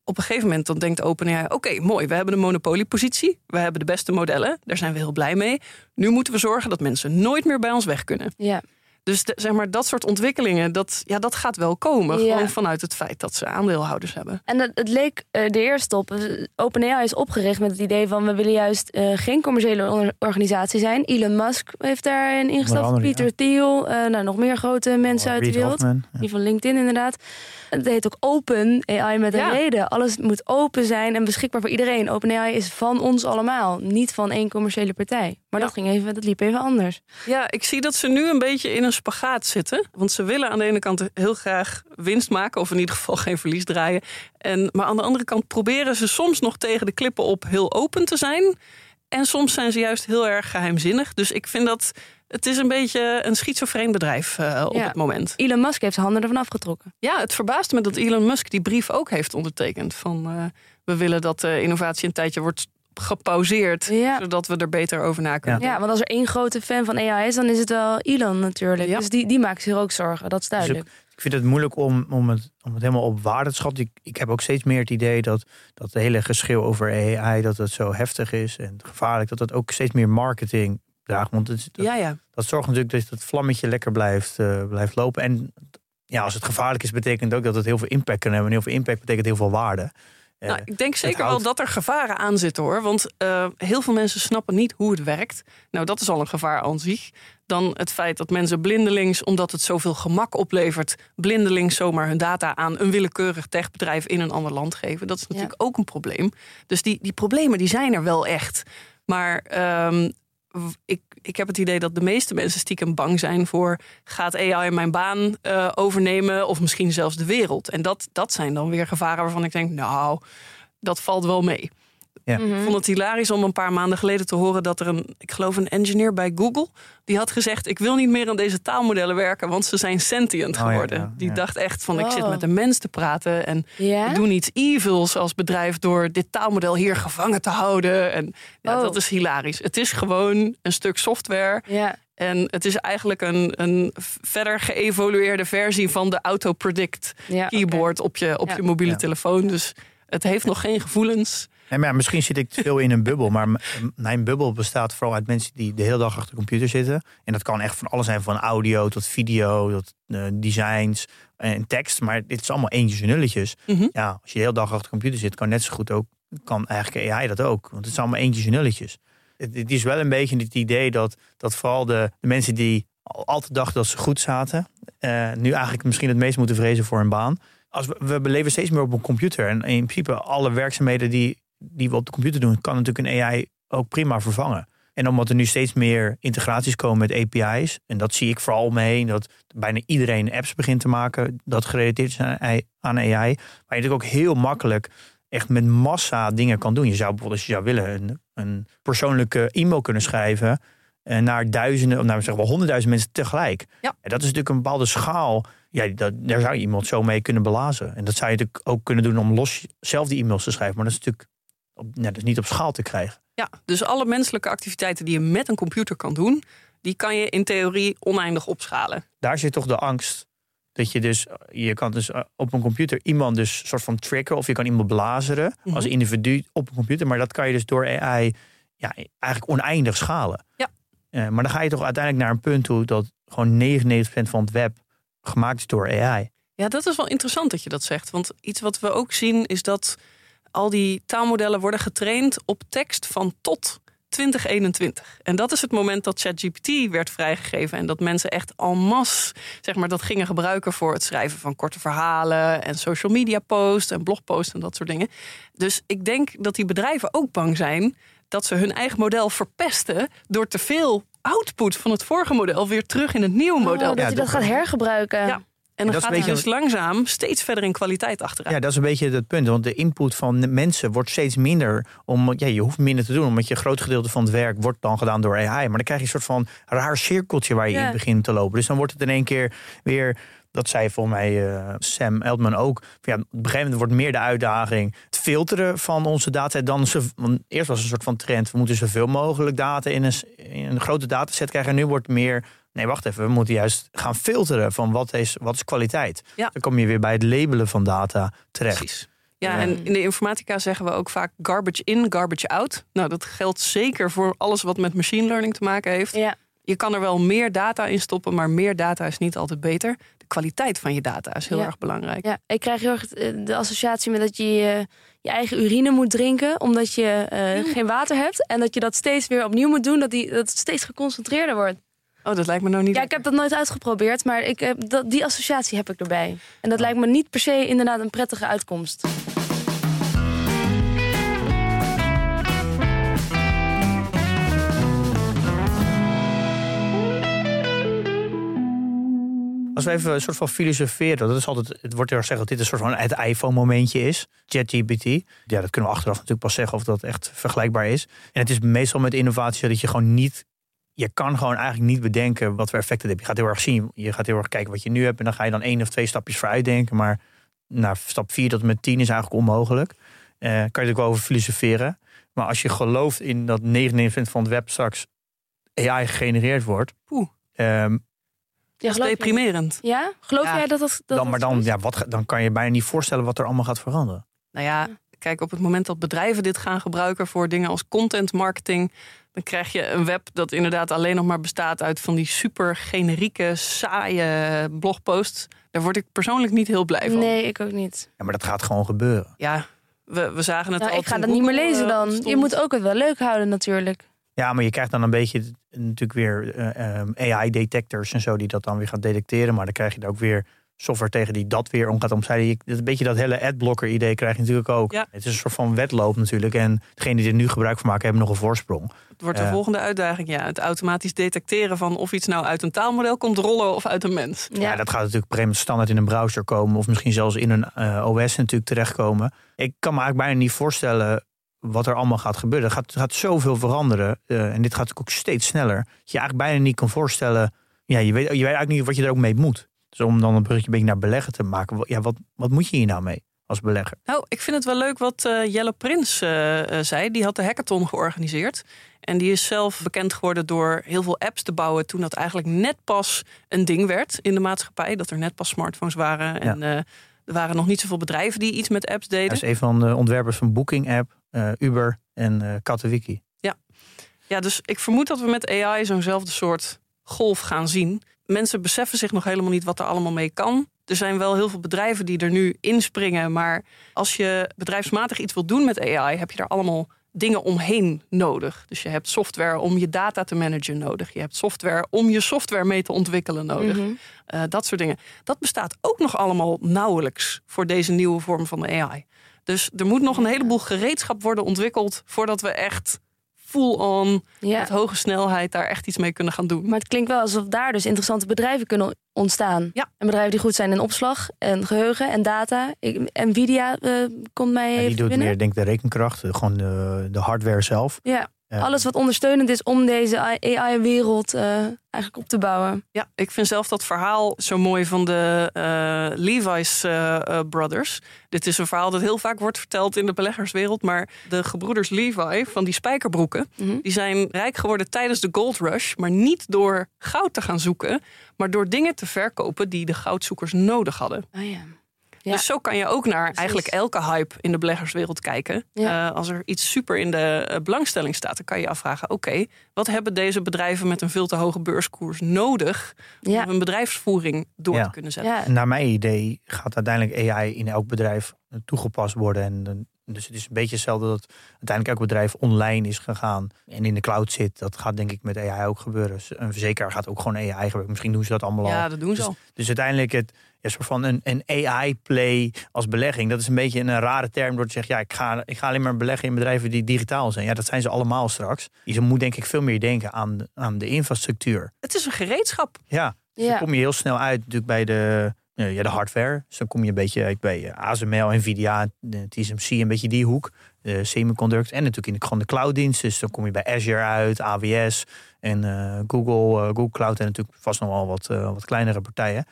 op een gegeven moment dan denkt OpenAI... oké, mooi, we hebben een monopoliepositie. We hebben de beste modellen. Daar zijn we heel blij mee. Nu moeten we zorgen dat mensen nooit meer bij ons weg kunnen. Ja. Dus zeg maar, dat soort ontwikkelingen, dat gaat wel komen. Ja. Gewoon vanuit het feit dat ze aandeelhouders hebben. En het leek er eerst op. OpenAI is opgericht met het idee van... we willen juist geen commerciële organisatie zijn. Elon Musk heeft daarin ingestapt. andere, Peter Thiel, nog meer grote mensen uit de Reid wereld. Hoffman, ja. Die van LinkedIn inderdaad. Het heet ook Open AI met een reden. Alles moet open zijn en beschikbaar voor iedereen. OpenAI is van ons allemaal, niet van één commerciële partij. Maar dat liep even anders. Ja, ik zie dat ze nu een beetje in een spagaat zitten. Want ze willen aan de ene kant heel graag winst maken... of in ieder geval geen verlies draaien. Maar aan de andere kant proberen ze soms nog tegen de klippen op... heel open te zijn. En soms zijn ze juist heel erg geheimzinnig. Dus ik vind dat het is een beetje een schizofreen bedrijf op het moment. Elon Musk heeft zijn handen ervan afgetrokken. Ja, het verbaast me dat Elon Musk die brief ook heeft ondertekend. Van we willen dat innovatie een tijdje wordt gepauzeerd, zodat we er beter over na kunnen denken. Ja, want als er één grote fan van AI is, dan is het wel Elon natuurlijk. Ja. Dus die maakt zich ook zorgen, dat is duidelijk. Dus ik vind het moeilijk om het helemaal op waarde te schatten. Ik heb ook steeds meer het idee dat de hele geschreeuw over AI, dat het zo heftig is en gevaarlijk, dat het ook steeds meer marketing draagt. Want dat zorgt natuurlijk dat het vlammetje lekker blijft lopen. En ja, als het gevaarlijk is, betekent ook dat het heel veel impact kan hebben. En heel veel impact betekent heel veel waarde. Nou, ik denk zeker wel dat er gevaren aan zitten, hoor. Want heel veel mensen snappen niet hoe het werkt. Nou, dat is al een gevaar aan zich. Dan het feit dat mensen blindelings, omdat het zoveel gemak oplevert, blindelings zomaar hun data aan een willekeurig techbedrijf in een ander land geven. Dat is natuurlijk ook een probleem. Dus die problemen die zijn er wel echt. Maar ik heb het idee dat de meeste mensen stiekem bang zijn voor, gaat AI mijn baan overnemen of misschien zelfs de wereld? En dat zijn dan weer gevaren waarvan ik denk, nou, dat valt wel mee. Ja. Ik vond het hilarisch om een paar maanden geleden te horen dat er een engineer bij Google, die had gezegd, ik wil niet meer aan deze taalmodellen werken, want ze zijn sentient geworden. Die dacht echt van, ik zit met een mens te praten en we doen iets evils als bedrijf door dit taalmodel hier gevangen te houden. En dat is hilarisch. Het is gewoon een stuk software. Ja. En het is eigenlijk een verder geëvolueerde versie van de autopredict keyboard op je mobiele telefoon. Dus het heeft nog geen gevoelens. Nee, maar misschien zit ik te veel in een bubbel. Maar mijn bubbel bestaat vooral uit mensen die de hele dag achter de computer zitten. En dat kan echt van alles zijn, van audio tot video, tot designs en tekst. Maar dit is allemaal eentjes en nulletjes. Mm-hmm. Ja, als je de hele dag achter de computer zit, kan net zo goed ook, kan eigenlijk AI dat ook. Want het zijn allemaal eentjes en nulletjes. Het is wel een beetje het idee dat vooral de mensen die altijd dachten dat ze goed zaten, nu eigenlijk misschien het meest moeten vrezen voor hun baan. We leven steeds meer op een computer. En in principe alle werkzaamheden die we op de computer doen, kan natuurlijk een AI ook prima vervangen. En omdat er nu steeds meer integraties komen met API's, en dat zie ik vooral omheen, dat bijna iedereen apps begint te maken dat gerelateerd is aan AI, waar je natuurlijk ook heel makkelijk echt met massa dingen kan doen. Je zou bijvoorbeeld, als je zou willen, een persoonlijke e-mail kunnen schrijven naar duizenden, of nou zeggen we 100.000 mensen tegelijk. Ja. En dat is natuurlijk een bepaalde schaal. Ja, daar zou je iemand zo mee kunnen belazen. En dat zou je natuurlijk ook kunnen doen om los zelf die e-mails te schrijven. Maar dat is natuurlijk dat is niet op schaal te krijgen. Ja, dus alle menselijke activiteiten die je met een computer kan doen, die kan je in theorie oneindig opschalen. Daar zit toch de angst dat je kan dus op een computer iemand dus soort van triggeren, of je kan iemand belazeren als individu op een computer. Maar dat kan je dus door AI eigenlijk oneindig schalen. Ja. Maar dan ga je toch uiteindelijk naar een punt toe dat gewoon 99% van het web gemaakt is door AI. Ja, dat is wel interessant dat je dat zegt. Want iets wat we ook zien is dat al die taalmodellen worden getraind op tekst van tot 2021. En dat is het moment dat ChatGPT werd vrijgegeven en dat mensen echt en masse, zeg maar, dat gingen gebruiken voor het schrijven van korte verhalen en social media posts en blogposts en dat soort dingen. Dus ik denk dat die bedrijven ook bang zijn dat ze hun eigen model verpesten door te veel output van het vorige model weer terug in het nieuwe model. Dat je dat gaat hergebruiken. Ja. En dan gaat het dus langzaam steeds verder in kwaliteit achteruit. Ja, dat is een beetje het punt. Want de input van de mensen wordt steeds minder. Je hoeft minder te doen, omdat je een groot gedeelte van het werk wordt dan gedaan door AI. Maar dan krijg je een soort van raar cirkeltje waar je in begint te lopen. Dus dan wordt het in één keer weer, dat zei volgens mij Sam Altman ook. Op een gegeven moment wordt meer de uitdaging het filteren van onze data. Want eerst was een soort van trend, we moeten zoveel mogelijk data in een grote dataset krijgen. En nu wordt meer, nee, wacht even, we moeten juist gaan filteren van wat is kwaliteit. Ja. Dan kom je weer bij het labelen van data terecht. Precies. Ja, en in de informatica zeggen we ook vaak garbage in, garbage out. Nou, dat geldt zeker voor alles wat met machine learning te maken heeft. Ja. Je kan er wel meer data in stoppen, maar meer data is niet altijd beter. De kwaliteit van je data is heel erg belangrijk. Ja, ik krijg heel erg de associatie met dat je je eigen urine moet drinken, omdat je geen water hebt. En dat je dat steeds weer opnieuw moet doen, dat het steeds geconcentreerder wordt. Oh, dat lijkt me nou niet. Ja, ik heb dat nooit uitgeprobeerd, maar die associatie heb ik erbij. En dat lijkt me niet per se inderdaad een prettige uitkomst. Als we even een soort van filosoferen, dat is altijd, het wordt heel erg gezegd dat dit een soort van het iPhone-momentje is. ChatGPT. Ja, dat kunnen we achteraf natuurlijk pas zeggen of dat echt vergelijkbaar is. En het is meestal met innovatie dat je gewoon niet, je kan gewoon eigenlijk niet bedenken wat voor effecten het heeft. Je gaat heel erg zien, je gaat heel erg kijken wat je nu hebt en dan ga je dan 1 of 2 stapjes vooruit denken. Maar stap 4 tot en met 10 is eigenlijk onmogelijk. Kan je natuurlijk wel over filosoferen. Maar als je gelooft in dat 99% van het web straks AI gegenereerd wordt. Dat is deprimerend. Ja? Geloof jij dat dan kan je bijna niet voorstellen wat er allemaal gaat veranderen. Nou ja, kijk, op het moment dat bedrijven dit gaan gebruiken voor dingen als content marketing, dan krijg je een web dat inderdaad alleen nog maar bestaat uit van die super generieke, saaie blogposts. Daar word ik persoonlijk niet heel blij van. Nee, ik ook niet. Ja, maar dat gaat gewoon gebeuren. Ja, we zagen het al. Ik ga dat niet meer lezen dan. Je moet ook het wel leuk houden natuurlijk. Ja, maar je krijgt dan een beetje natuurlijk weer AI-detectors en zo die dat dan weer gaan detecteren. Maar dan krijg je er ook weer software tegen die dat weer om gaat omzeilen. Een beetje dat hele adblocker-idee krijg je natuurlijk ook. Ja. Het is een soort van wedloop natuurlijk. En degenen die er nu gebruik van maken hebben nog een voorsprong. Het wordt de volgende uitdaging. Ja, het automatisch detecteren van of iets nou uit een taalmodel komt rollen of uit een mens. Ja, dat gaat natuurlijk op een gegeven moment standaard in een browser komen. Of misschien zelfs in een OS natuurlijk terechtkomen. Ik kan me eigenlijk bijna niet voorstellen wat er allemaal gaat gebeuren. Er gaat zoveel veranderen. En dit gaat natuurlijk ook steeds sneller. Dat je eigenlijk bijna niet kan voorstellen. Ja, je weet eigenlijk niet wat je er ook mee moet. Dus om dan een bruggetje een beetje naar beleggen te maken. Ja, wat moet je hier nou mee als belegger? Nou, ik vind het wel leuk wat Jelle Prins zei. Die had de hackathon georganiseerd. En die is zelf bekend geworden door heel veel apps te bouwen toen dat eigenlijk net pas een ding werd in de maatschappij. Dat er net pas smartphones waren. Ja. En er waren nog niet zoveel bedrijven die iets met apps deden. Hij is een van de ontwerpers van Booking-app, Uber en Katowiki. Ja, dus ik vermoed dat we met AI zo'nzelfde soort golf gaan zien. Mensen beseffen zich nog helemaal niet wat er allemaal mee kan. Er zijn wel heel veel bedrijven die er nu inspringen. Maar als je bedrijfsmatig iets wilt doen met AI, heb je daar allemaal dingen omheen nodig. Dus je hebt software om je data te managen nodig. Je hebt software om je software mee te ontwikkelen nodig. Mm-hmm. Dat soort dingen. Dat bestaat ook nog allemaal nauwelijks voor deze nieuwe vorm van de AI. Dus er moet nog een heleboel gereedschap worden ontwikkeld voordat we echt full-on, met hoge snelheid daar echt iets mee kunnen gaan doen. Maar het klinkt wel alsof daar dus interessante bedrijven kunnen ontstaan. Ja. En bedrijven die goed zijn in opslag en geheugen en data. Nvidia komt mij even die doet binnen. meer, denk ik, de rekenkracht, gewoon de hardware zelf. Ja. Alles wat ondersteunend is om deze AI-wereld eigenlijk op te bouwen. Ja, ik vind zelf dat verhaal zo mooi van de Levi's Brothers. Dit is een verhaal dat heel vaak wordt verteld in de beleggerswereld. Maar de gebroeders Levi van die spijkerbroeken, die zijn rijk geworden tijdens de Gold Rush. Maar niet door goud te gaan zoeken, maar door dingen te verkopen die de goudzoekers nodig hadden. Oh ja. Ja. Dus zo kan je ook naar eigenlijk elke hype in de beleggerswereld kijken. Ja. Als er iets super in de belangstelling staat, dan kan je je afvragen, oké, wat hebben deze bedrijven met een veel te hoge beurskoers nodig om hun bedrijfsvoering door te kunnen zetten? Ja. Naar mijn idee gaat uiteindelijk AI in elk bedrijf toegepast worden. En dus het is een beetje hetzelfde dat uiteindelijk elk bedrijf online is gegaan en in de cloud zit. Dat gaat denk ik met AI ook gebeuren. Een verzekeraar gaat ook gewoon AI gebruiken. Misschien doen ze dat allemaal al. Ja, dat doen ze al. Dus uiteindelijk soort van een AI-play als belegging. Dat is een beetje een rare term door te zeggen, ik ga alleen maar beleggen in bedrijven die digitaal zijn. Ja, dat zijn ze allemaal straks. Je moet denk ik veel meer denken aan de infrastructuur. Het is een gereedschap. Ja, dus dan kom je heel snel uit natuurlijk bij de hardware. Dus dan kom je een beetje bij ASML, Nvidia, TSMC, een beetje die hoek. De semiconductor en natuurlijk gewoon de clouddiensten. Dus dan kom je bij Azure uit, AWS en Google Cloud en natuurlijk vast nog wel wat kleinere partijen.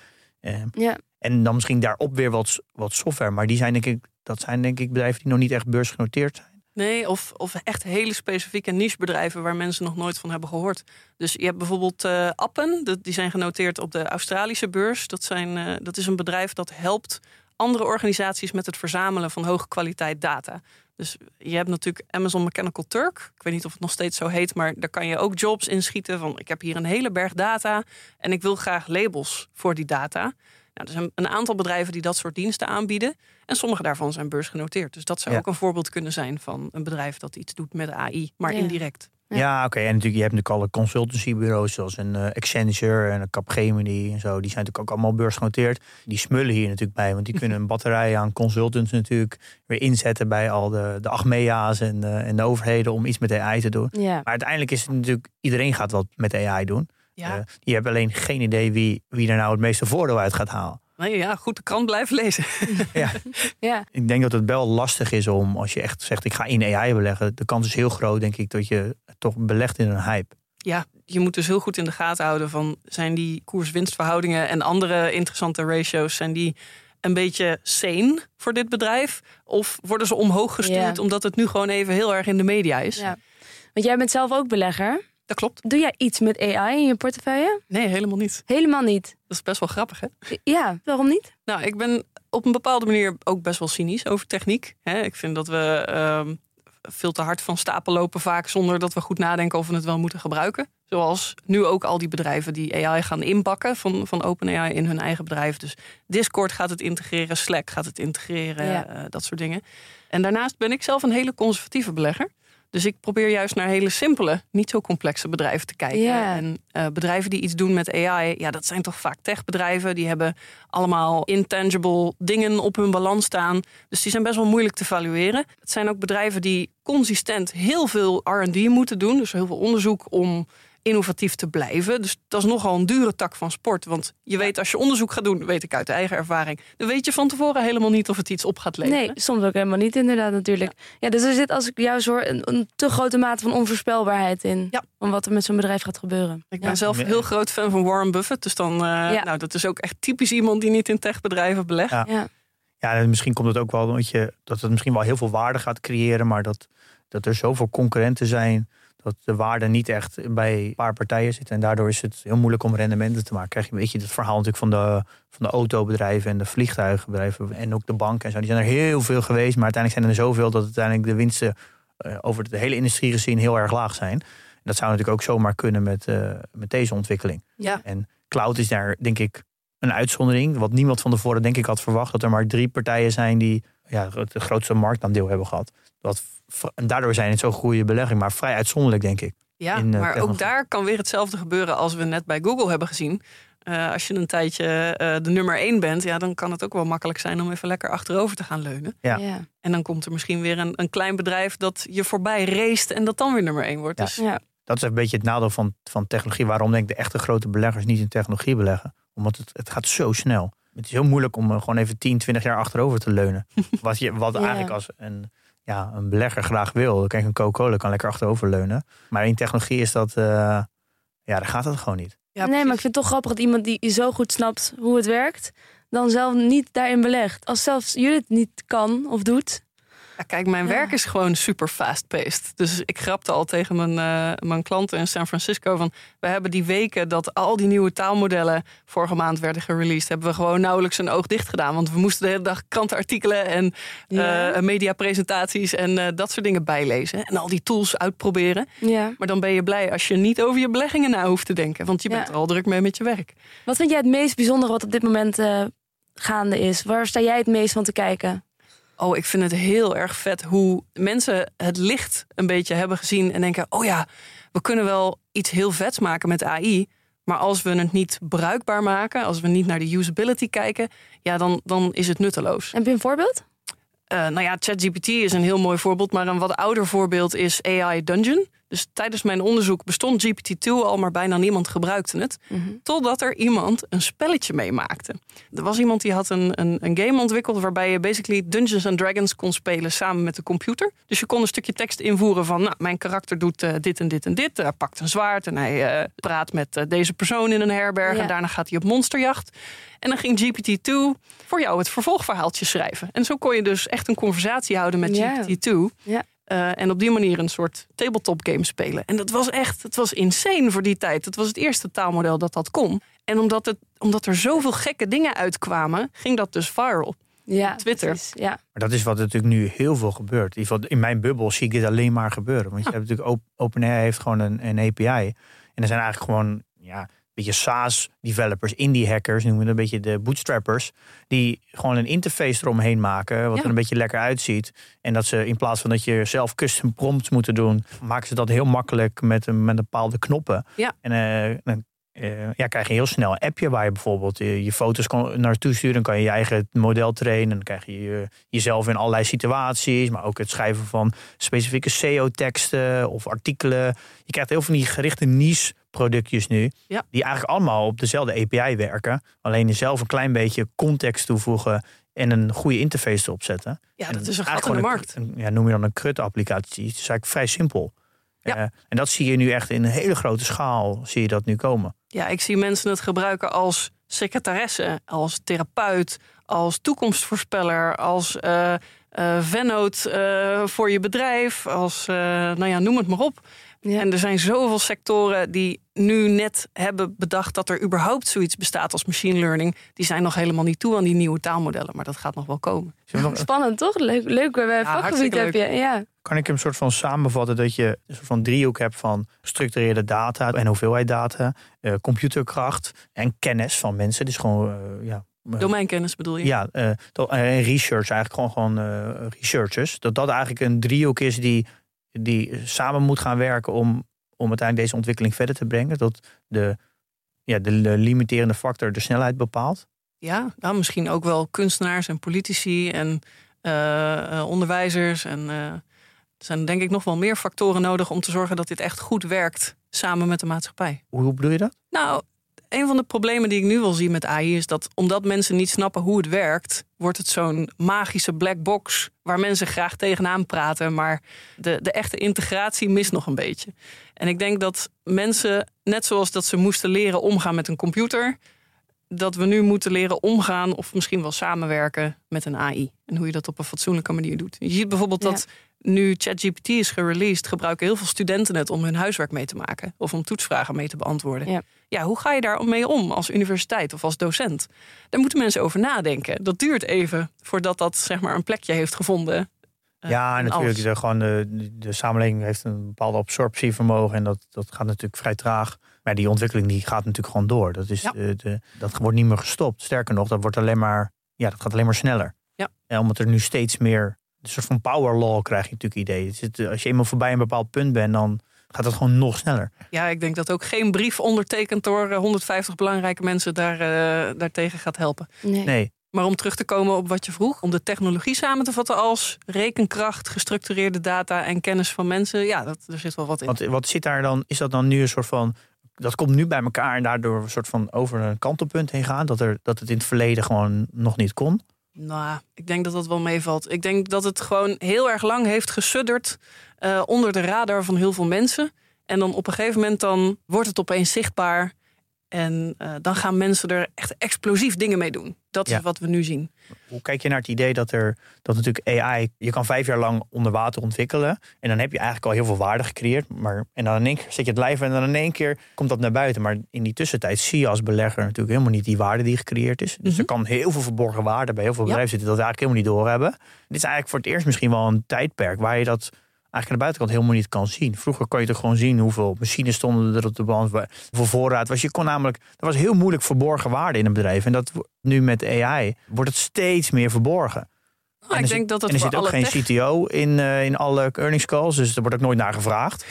En dan misschien daarop weer wat software. Maar dat zijn denk ik bedrijven die nog niet echt beursgenoteerd zijn. Nee, of echt hele specifieke nichebedrijven waar mensen nog nooit van hebben gehoord. Dus je hebt bijvoorbeeld Appen, die zijn genoteerd op de Australische beurs. Dat is een bedrijf dat helpt andere organisaties met het verzamelen van hoge kwaliteit data. Dus je hebt natuurlijk Amazon Mechanical Turk. Ik weet niet of het nog steeds zo heet, maar daar kan je ook jobs inschieten van ik heb hier een hele berg data en ik wil graag labels voor die data. Nou, er zijn een aantal bedrijven die dat soort diensten aanbieden. En sommige daarvan zijn beursgenoteerd. Dus dat zou ook een voorbeeld kunnen zijn van een bedrijf dat iets doet met AI, maar indirect. Ja, oké. En natuurlijk, je hebt natuurlijk alle consultancybureaus zoals een Accenture en een Capgemini en zo. Die zijn natuurlijk ook allemaal beursgenoteerd. Die smullen hier natuurlijk bij, want die kunnen een batterij aan consultants natuurlijk weer inzetten bij al de Achmea's en de overheden om iets met AI te doen. Ja. Maar uiteindelijk is het natuurlijk, iedereen gaat wat met AI doen. Ja. Je hebt alleen geen idee wie er nou het meeste voordeel uit gaat halen. Nee, ja, goed de krant blijven lezen. Ja. Ik denk dat het wel lastig is om, als je echt zegt ik ga in AI beleggen. De kans is heel groot, denk ik, dat je toch belegt in een hype. Ja, je moet dus heel goed in de gaten houden van zijn die koers-winstverhoudingen en andere interessante ratio's, zijn die een beetje sane voor dit bedrijf? Of worden ze omhoog gestuurd omdat het nu gewoon even heel erg in de media is? Ja. Want jij bent zelf ook belegger. Dat klopt. Doe jij iets met AI in je portefeuille? Nee, helemaal niet. Helemaal niet. Dat is best wel grappig, hè? Ja, waarom niet? Nou, ik ben op een bepaalde manier ook best wel cynisch over techniek. Ik vind dat we veel te hard van stapel lopen vaak zonder dat we goed nadenken of we het wel moeten gebruiken. Zoals nu ook al die bedrijven die AI gaan inpakken van OpenAI in hun eigen bedrijf. Dus Discord gaat het integreren, Slack gaat het integreren, dat soort dingen. En daarnaast ben ik zelf een hele conservatieve belegger. Dus ik probeer juist naar hele simpele, niet zo complexe bedrijven te kijken. Ja. En bedrijven die iets doen met AI, ja, dat zijn toch vaak techbedrijven. Die hebben allemaal intangible dingen op hun balans staan. Dus die zijn best wel moeilijk te valueren. Het zijn ook bedrijven die consistent heel veel R&D moeten doen. Dus heel veel onderzoek om innovatief te blijven. Dus dat is nogal een dure tak van sport. Want je weet, als je onderzoek gaat doen, weet ik uit eigen ervaring, dan weet je van tevoren helemaal niet of het iets op gaat leveren. Nee, soms ook helemaal niet inderdaad natuurlijk. Ja, dus er zit, als ik jou zo hoor, een te grote mate van onvoorspelbaarheid in. Ja. Om wat er met zo'n bedrijf gaat gebeuren. Ik ben zelf heel groot fan van Warren Buffett. Dus dan, nou, dat is ook echt typisch iemand die niet in techbedrijven belegt. Ja, en misschien komt het ook wel dat het misschien wel heel veel waarde gaat creëren, maar dat er zoveel concurrenten zijn dat de waarde niet echt bij een paar partijen zit. En daardoor is het heel moeilijk om rendementen te maken. Krijg je een beetje het verhaal natuurlijk van de autobedrijven en de vliegtuigenbedrijven en ook de banken en zo. Die zijn er heel veel geweest, maar uiteindelijk zijn er zoveel dat uiteindelijk de winsten over de hele industrie gezien heel erg laag zijn. En dat zou natuurlijk ook zomaar kunnen met deze ontwikkeling. Ja. En cloud is daar denk ik een uitzondering. Wat niemand van tevoren denk ik had verwacht, dat er maar 3 partijen zijn die het grootste marktaandeel hebben gehad. En daardoor zijn het zo'n goede belegging, maar vrij uitzonderlijk, denk ik. Ja, maar ook daar kan weer hetzelfde gebeuren als we net bij Google hebben gezien. Als je een tijdje de nummer 1 bent, ja, dan kan het ook wel makkelijk zijn om even lekker achterover te gaan leunen. Ja. En dan komt er misschien weer een klein bedrijf dat je voorbij race en dat dan weer nummer 1 wordt. Ja. Dus Dat is een beetje het nadeel van technologie. Waarom denk ik de echte grote beleggers niet in technologie beleggen? Omdat het gaat zo snel. Het is heel moeilijk om gewoon even 10, 20 jaar achterover te leunen. Wat eigenlijk als een belegger graag wil. Kijk, een Coca-Cola kan lekker achterover leunen. Maar in technologie is dat, daar gaat het gewoon niet. Ja, nee, maar ik vind het toch grappig dat iemand die zo goed snapt hoe het werkt, dan zelf niet daarin belegt. Als zelfs jullie het niet kan of doet. Ja, kijk, mijn werk is gewoon super fast-paced. Dus ik grapte al tegen mijn klanten in San Francisco van, we hebben die weken dat al die nieuwe taalmodellen vorige maand werden gereleased, hebben we gewoon nauwelijks een oog dicht gedaan. Want we moesten de hele dag krantenartikelen en mediapresentaties en dat soort dingen bijlezen. En al die tools uitproberen. Ja. Maar dan ben je blij als je niet over je beleggingen na hoeft te denken. Want je bent er al druk mee met je werk. Wat vind jij het meest bijzondere wat op dit moment gaande is? Waar sta jij het meest van te kijken? Oh, ik vind het heel erg vet hoe mensen het licht een beetje hebben gezien en denken, oh ja, we kunnen wel iets heel vets maken met AI, maar als we het niet bruikbaar maken, als we niet naar de usability kijken, ja, dan is het nutteloos. Heb je een voorbeeld? ChatGPT is een heel mooi voorbeeld, maar een wat ouder voorbeeld is AI Dungeon. Dus tijdens mijn onderzoek bestond GPT-2 al, maar bijna niemand gebruikte het. Mm-hmm. Totdat er iemand een spelletje mee maakte. Er was iemand die had een game ontwikkeld waarbij je basically Dungeons and Dragons kon spelen samen met de computer. Dus je kon een stukje tekst invoeren van, nou, mijn karakter doet dit en dit en dit. Hij pakt een zwaard en hij praat met deze persoon in een herberg. Ja. En daarna gaat hij op monsterjacht. En dan ging GPT-2 voor jou het vervolgverhaaltje schrijven. En zo kon je dus echt een conversatie houden met GPT-2. Ja. En op die manier een soort tabletop game spelen. En het was insane voor die tijd. Het was het eerste taalmodel dat kon. En omdat er zoveel gekke dingen uitkwamen, ging dat dus viral. Ja, Twitter. precies, ja. Maar dat is wat natuurlijk nu heel veel gebeurt. In ieder geval in mijn bubbel zie ik dit alleen maar gebeuren. Want je hebt natuurlijk OpenAI heeft gewoon een API. En er zijn eigenlijk gewoon een beetje SaaS-developers, indie-hackers, noemen we het een beetje de bootstrappers, die gewoon een interface eromheen maken, wat er een beetje lekker uitziet. En dat ze in plaats van dat je zelf custom prompts moeten doen, maken ze dat heel makkelijk met bepaalde knoppen. Ja. En dan krijg je heel snel een appje waar je bijvoorbeeld je foto's naartoe sturen. Dan kan je je eigen model trainen. Dan krijg je jezelf in allerlei situaties. Maar ook het schrijven van specifieke SEO-teksten of artikelen. Je krijgt heel veel van die gerichte niche-productjes nu. Ja. Die eigenlijk allemaal op dezelfde API werken. Alleen je zelf een klein beetje context toevoegen en een goede interface erop zetten. Ja, dat is een gat in de markt. Noem je dan een CRUD-applicatie. Het is eigenlijk vrij simpel. Ja. En dat zie je nu echt in een hele grote schaal, zie je dat nu komen. Ja, ik zie mensen het gebruiken als secretaresse, als therapeut, als toekomstvoorspeller, als vennoot voor je bedrijf, als noem het maar op. Ja. En er zijn zoveel sectoren die nu net hebben bedacht dat er überhaupt zoiets bestaat als machine learning. Die zijn nog helemaal niet toe aan die nieuwe taalmodellen, maar dat gaat nog wel komen. Spannend, toch? Leuk vakgebied heb je. Ja. Kan ik hem een soort van samenvatten dat je een soort van driehoek hebt van gestructureerde data en hoeveelheid data, computerkracht en kennis van mensen. Dus gewoon domeinkennis bedoel je? Ja, en research eigenlijk gewoon researchers. Dat eigenlijk een driehoek is die samen moet gaan werken om uiteindelijk deze ontwikkeling verder te brengen. Dat de limiterende factor de snelheid bepaalt. Ja, nou, misschien ook wel kunstenaars en politici en onderwijzers. En er zijn denk ik nog wel meer factoren nodig om te zorgen dat dit echt goed werkt samen met de maatschappij. Hoe bedoel je dat? Nou, een van de problemen die ik nu wel zie met AI is dat omdat mensen niet snappen hoe het werkt, wordt het zo'n magische black box waar mensen graag tegenaan praten, maar de echte integratie mist nog een beetje. En ik denk dat mensen, net zoals dat ze moesten leren omgaan met een computer, dat we nu moeten leren omgaan of misschien wel samenwerken met een AI. En hoe je dat op een fatsoenlijke manier doet. Je ziet bijvoorbeeld dat nu ChatGPT is gereleased, gebruiken heel veel studenten het om hun huiswerk mee te maken of om toetsvragen mee te beantwoorden. Ja, hoe ga je daar mee om als universiteit of als docent? Daar moeten mensen over nadenken. Dat duurt even voordat dat zeg maar een plekje heeft gevonden. Ja, natuurlijk. Gewoon de samenleving heeft een bepaalde absorptievermogen en dat gaat natuurlijk vrij traag. Maar die ontwikkeling die gaat natuurlijk gewoon door. Dat is dat wordt niet meer gestopt. Sterker nog, dat gaat alleen maar sneller. Ja. En omdat er nu steeds meer een soort van power law krijg je natuurlijk idee. Als je eenmaal voorbij een bepaald punt bent, dan gaat het gewoon nog sneller. Ja, ik denk dat ook geen brief ondertekend door 150 belangrijke mensen daartegen gaat helpen. Nee. Maar om terug te komen op wat je vroeg, om de technologie samen te vatten als rekenkracht, gestructureerde data en kennis van mensen, er zit wel wat in. Wat zit daar dan? Is dat dan nu een soort van, dat komt nu bij elkaar en daardoor een soort van over een kantelpunt heen gaan, dat het in het verleden gewoon nog niet kon? Nou, ik denk dat dat wel meevalt. Ik denk dat het gewoon heel erg lang heeft gesudderd onder de radar van heel veel mensen. En dan op een gegeven moment dan wordt het opeens zichtbaar. En dan gaan mensen er echt explosief dingen mee doen. Dat is wat we nu zien. Hoe kijk je naar het idee dat natuurlijk AI, je kan 5 jaar lang onder water ontwikkelen. En dan heb je eigenlijk al heel veel waarde gecreëerd. En dan in één keer zet je het lijf en dan in één keer komt dat naar buiten. Maar in die tussentijd zie je als belegger natuurlijk helemaal niet die waarde die gecreëerd is. Dus er kan heel veel verborgen waarde bij heel veel bedrijven zitten dat we eigenlijk helemaal niet doorhebben. Dit is eigenlijk voor het eerst misschien wel een tijdperk waar je dat eigenlijk aan de buitenkant helemaal niet kan zien. Vroeger kon je toch gewoon zien hoeveel machines stonden er op de band, hoeveel voorraad was. Je kon namelijk, dat was heel moeilijk verborgen waarde in een bedrijf. En dat nu met AI wordt het steeds meer verborgen. Ik denk dat het en er zit ook geen CTO in alle earnings calls, dus er wordt ook nooit naar gevraagd.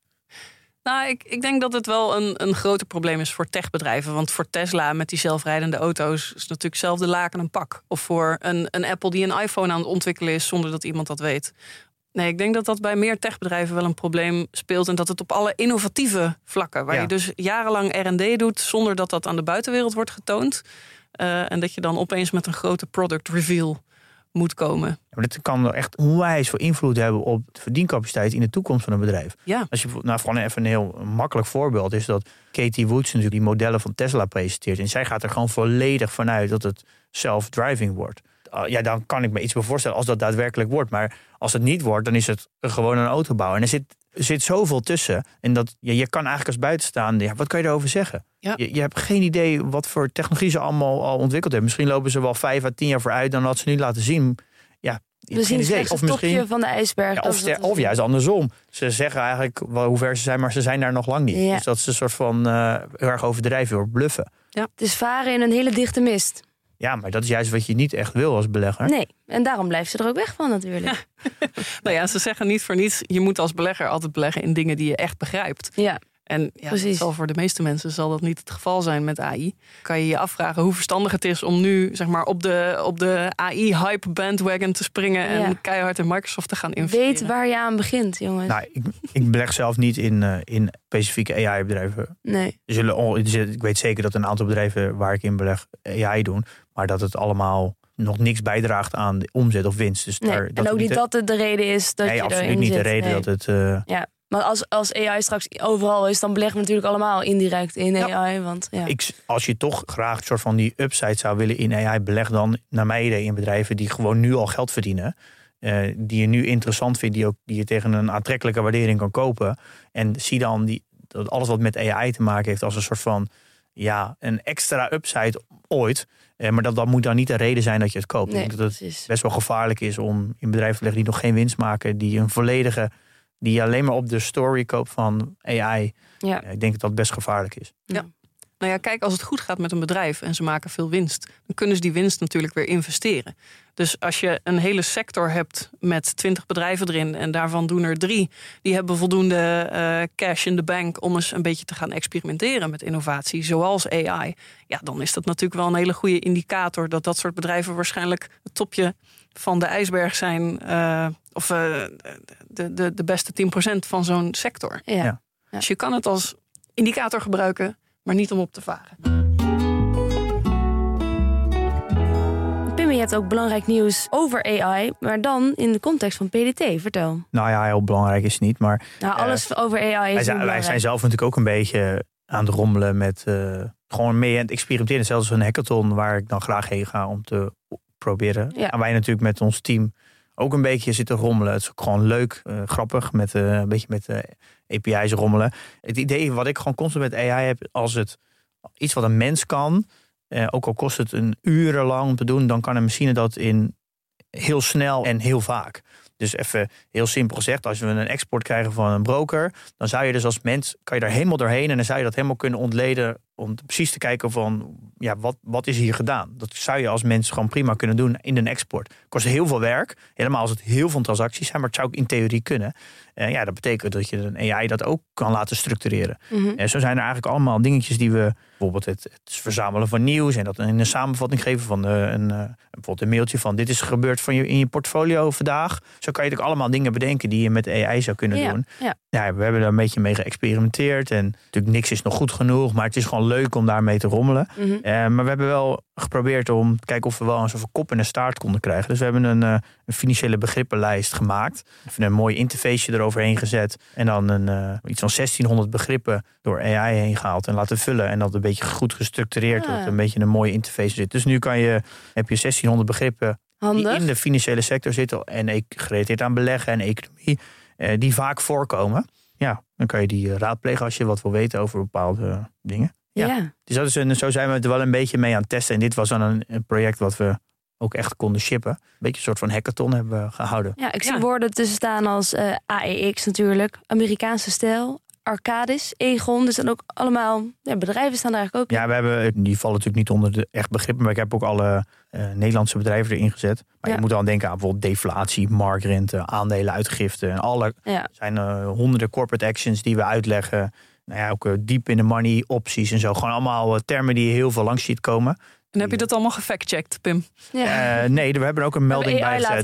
Nou, ik denk dat het wel een groter probleem is voor techbedrijven. Want voor Tesla met die zelfrijdende auto's is natuurlijk zelf de laken een pak. Of voor een Apple die een iPhone aan het ontwikkelen is zonder dat iemand dat weet. Nee, ik denk dat dat bij meer techbedrijven wel een probleem speelt. En dat het op alle innovatieve vlakken, waar je dus jarenlang R&D doet zonder dat dat aan de buitenwereld wordt getoond. En dat je dan opeens met een grote product reveal moet komen. Ja, maar dit kan echt onwijs veel invloed hebben op de verdiencapaciteit in de toekomst van een bedrijf. Ja. Als je gewoon even een heel makkelijk voorbeeld is dat Katie Woods natuurlijk die modellen van Tesla presenteert. En zij gaat er gewoon volledig vanuit dat het self-driving wordt. Ja, dan kan ik me iets voorstellen als dat daadwerkelijk wordt. Maar als het niet wordt, dan is het gewoon een autobouw. En er zit Er zit zoveel tussen. En dat je kan eigenlijk als buitenstaander, wat kan je erover zeggen? Ja. Je hebt geen idee wat voor technologie ze allemaal al ontwikkeld hebben. Misschien lopen ze wel 5 à 10 jaar vooruit dan wat ze nu laten zien. Ja, We zien slechts het topje van de ijsberg. Of juist andersom. Ze zeggen eigenlijk wel hoe ver ze zijn, maar ze zijn daar nog lang niet. Ja. Dus dat is een soort van heel erg overdrijven door bluffen. Ja. Het is varen in een hele dichte mist. Ja, maar dat is juist wat je niet echt wil als belegger. Nee, en daarom blijft ze er ook weg van natuurlijk. Nou ja, ze zeggen niet voor niets, je moet als belegger altijd beleggen in dingen die je echt begrijpt. Ja. En ja, voor de meeste mensen zal dat niet het geval zijn met AI. Kan je je afvragen hoe verstandig het is om nu zeg maar, op de AI-hype bandwagon te springen en keihard in Microsoft te gaan investeren. Weet waar je aan begint, jongens. Nou, ik beleg zelf niet in specifieke AI-bedrijven. Nee. Ik weet zeker dat een aantal bedrijven waar ik in beleg AI doen, maar dat het allemaal nog niks bijdraagt aan de omzet of winst. Dus nee. En ook niet dat het de reden is dat je erin zit. Nee, absoluut niet de reden dat het... Ja. Maar als AI straks overal is, dan beleggen we natuurlijk allemaal indirect in AI. Want, als je toch graag een soort van die upside zou willen in AI, beleg dan naar mijn idee in bedrijven die gewoon nu al geld verdienen. Die je nu interessant vindt, die je tegen een aantrekkelijke waardering kan kopen. En zie dan dat alles wat met AI te maken heeft als een soort van een extra upside ooit. Maar dat moet dan niet de reden zijn dat je het koopt. Nee, ik denk dat het best wel gevaarlijk is om in bedrijven te leggen die nog geen winst maken, die je alleen maar op de story koopt van AI. Ja. Ik denk dat dat best gevaarlijk is. Ja. Nou ja, kijk, als het goed gaat met een bedrijf en ze maken veel winst, dan kunnen ze die winst natuurlijk weer investeren. Dus als je een hele sector hebt met 20 bedrijven erin en daarvan doen er 3, die hebben voldoende cash in de bank om eens een beetje te gaan experimenteren met innovatie, zoals AI. Ja, dan is dat natuurlijk wel een hele goede indicator dat soort bedrijven waarschijnlijk het topje van de ijsberg zijn, de beste 10% van zo'n sector. Ja. Dus je kan het als indicator gebruiken, maar niet om op te varen. Pim, je hebt ook belangrijk nieuws over AI, maar dan in de context van PDT. Vertel. Nou ja, heel belangrijk is het niet, maar... alles over AI is wij zijn zelf natuurlijk ook een beetje aan het rommelen met... gewoon mee aan het experimenteren. Zelfs een hackathon waar ik dan graag heen ga om te proberen. Ja. En wij natuurlijk met ons team ook een beetje zitten rommelen. Het is ook gewoon leuk, grappig, met een beetje met API's rommelen. Het idee wat ik gewoon constant met AI heb, als het iets wat een mens kan, ook al kost het een urenlang om te doen, dan kan een machine dat in heel snel en heel vaak. Dus even heel simpel gezegd, als we een export krijgen van een broker, dan zou je dus als mens, kan je daar helemaal doorheen en dan zou je dat helemaal kunnen ontleden om precies te kijken van, wat is hier gedaan? Dat zou je als mens gewoon prima kunnen doen in een export. Het kost heel veel werk, helemaal als het heel veel transacties zijn, maar het zou ook in theorie kunnen. Dat betekent dat je een AI dat ook kan laten structureren. Mm-hmm. En zo zijn er eigenlijk allemaal dingetjes die we, bijvoorbeeld het verzamelen van nieuws en dat in een samenvatting geven van bijvoorbeeld een mailtje van dit is gebeurd in je portfolio vandaag. Zo kan je ook allemaal dingen bedenken die je met AI zou kunnen doen. Ja, we hebben daar een beetje mee geëxperimenteerd en natuurlijk niks is nog goed genoeg, maar het is gewoon leuk om daarmee te rommelen. Mm-hmm. Maar we hebben wel geprobeerd om te kijken of we wel een soort van kop en een staart konden krijgen. Dus we hebben een financiële begrippenlijst gemaakt. Even een mooi interfaceje eroverheen gezet. En dan iets van 1600 begrippen door AI heen gehaald en laten vullen. En dat een beetje goed gestructureerd wordt. Een beetje een mooie interface zit. Dus nu heb je 1600 begrippen die in de financiële sector zitten. En gerelateerd aan beleggen en economie. Die vaak voorkomen. Ja, dan kan je die raadplegen als je wat wil weten over bepaalde dingen. Ja. Dus zo zijn we het wel een beetje mee aan het testen. En dit was dan een project wat we ook echt konden shippen. Een beetje een soort van hackathon hebben we gehouden. Ja, ik zie woorden tussen staan als AEX natuurlijk, Amerikaanse stijl, Arcadis, Egon. Dus dan ook allemaal bedrijven staan daar eigenlijk ook in. Die vallen natuurlijk niet onder de echt begrippen. Maar ik heb ook alle Nederlandse bedrijven erin gezet. Maar je moet dan denken aan bijvoorbeeld deflatie, marktrente, aandelenuitgifte. En zijn honderden corporate actions die we uitleggen. Ook diep in de money, opties en zo. Gewoon allemaal termen die je heel veel langs ziet komen. En heb je dat allemaal gefactcheckt, Pim? Ja. Nee, we hebben ook een melding bij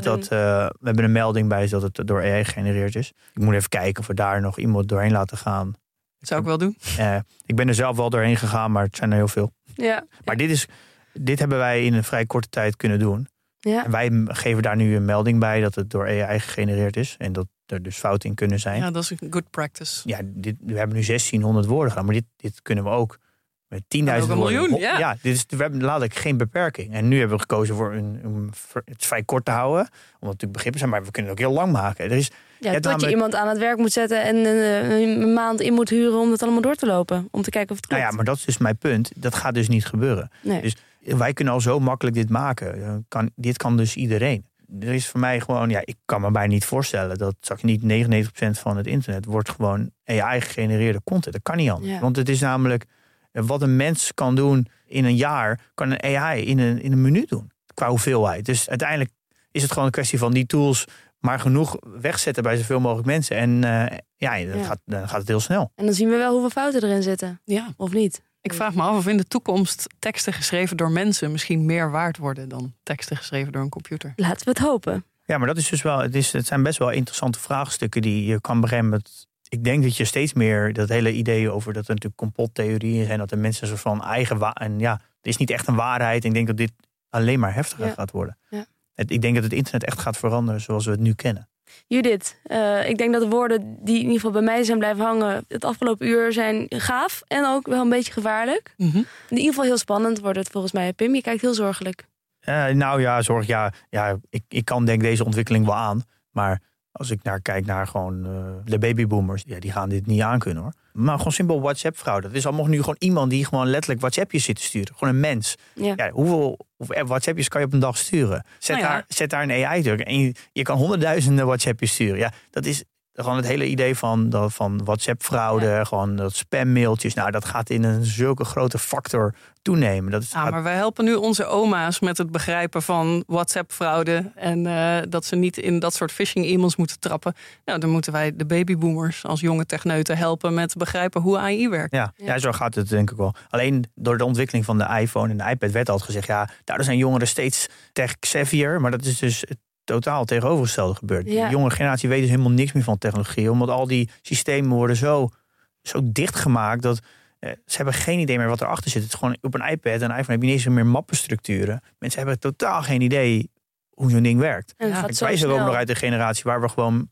dat het door AI gegenereerd is. Ik moet even kijken of we daar nog iemand doorheen laten gaan. Dat zou ik wel doen. Ik ben er zelf wel doorheen gegaan, maar het zijn er heel veel. Ja. Maar dit hebben wij in een vrij korte tijd kunnen doen. Ja. En wij geven daar nu een melding bij dat het door AI gegenereerd is. En dat er dus fouten in kunnen zijn. Ja, dat is een good practice. Ja, we hebben nu 1600 woorden gedaan, maar dit kunnen we ook met 10.000 een miljoen, ja. Dus we hebben laatst geen beperking. En nu hebben we gekozen voor het vrij kort te houden. Omdat natuurlijk begrippen zijn, maar we kunnen het ook heel lang maken. Er is, tot je iemand aan het werk moet zetten en een maand in moet huren om het allemaal door te lopen. Om te kijken of het klopt. Nou ja, maar dat is dus mijn punt. Dat gaat dus niet gebeuren. Nee. Dus wij kunnen al zo makkelijk dit maken. Dit kan dus iedereen. Er is voor mij gewoon, ik kan me bijna niet voorstellen dat straks niet 99% van het internet wordt gewoon AI-gegenereerde content. Dat kan niet anders. Ja. Want het is namelijk wat een mens kan doen in een jaar, kan een AI in een minuut doen. Qua hoeveelheid. Dus uiteindelijk is het gewoon een kwestie van die tools maar genoeg wegzetten bij zoveel mogelijk mensen. En dan gaat het heel snel. En dan zien we wel hoeveel fouten erin zitten. Ja. Of niet. Ik vraag me af of in de toekomst teksten geschreven door mensen misschien meer waard worden dan teksten geschreven door een computer. Laten we het hopen. Ja, maar dat is dus wel. Het zijn best wel interessante vraagstukken die je kan begrijpen. Ik denk dat je steeds meer dat hele idee over dat er natuurlijk complottheorieën zijn, dat de mensen zo van het is niet echt een waarheid. Ik denk dat dit alleen maar heftiger gaat worden. Ja. Ik denk dat het internet echt gaat veranderen zoals we het nu kennen. Judith, ik denk dat de woorden die in ieder geval bij mij zijn blijven hangen het afgelopen uur zijn gaaf en ook wel een beetje gevaarlijk. Mm-hmm. In ieder geval heel spannend wordt het volgens mij. Pim, je kijkt heel zorgelijk. Zorg. Ik kan denk deze ontwikkeling wel aan. Maar als ik kijk naar gewoon de babyboomers, die gaan dit niet aankunnen hoor. Maar gewoon simpel WhatsApp-vrouw. Dat is allemaal nu gewoon iemand die gewoon letterlijk WhatsAppjes zit te sturen. Gewoon een mens. Ja. Hoeveel WhatsAppjes kan je op een dag sturen? Zet daar een AI druk. En je kan 100.000 WhatsAppjes sturen. Ja, dat is gewoon het hele idee van WhatsApp-fraude. Ja. Gewoon dat spammailtjes. Nou, dat gaat in een zulke grote factor toenemen. Maar wij helpen nu onze oma's met het begrijpen van WhatsApp-fraude. En dat ze niet in dat soort phishing-e-mails moeten trappen. Nou, dan moeten wij de babyboomers als jonge techneuten helpen met begrijpen hoe AI werkt. Ja, zo gaat het denk ik wel. Alleen door de ontwikkeling van de iPhone en de iPad werd altijd gezegd, daardoor zijn jongeren steeds tech-savvier. Maar dat is dus het totaal tegenovergestelde gebeurd. Ja. De jonge generatie weet dus helemaal niks meer van technologie. Omdat al die systemen worden zo dichtgemaakt dat ze hebben geen idee meer wat erachter zit. Het is gewoon op een iPad en een iPhone heb je niet eens meer mappenstructuren. Mensen hebben totaal geen idee hoe zo'n ding werkt. En wij zijn ook nog uit de generatie waar we gewoon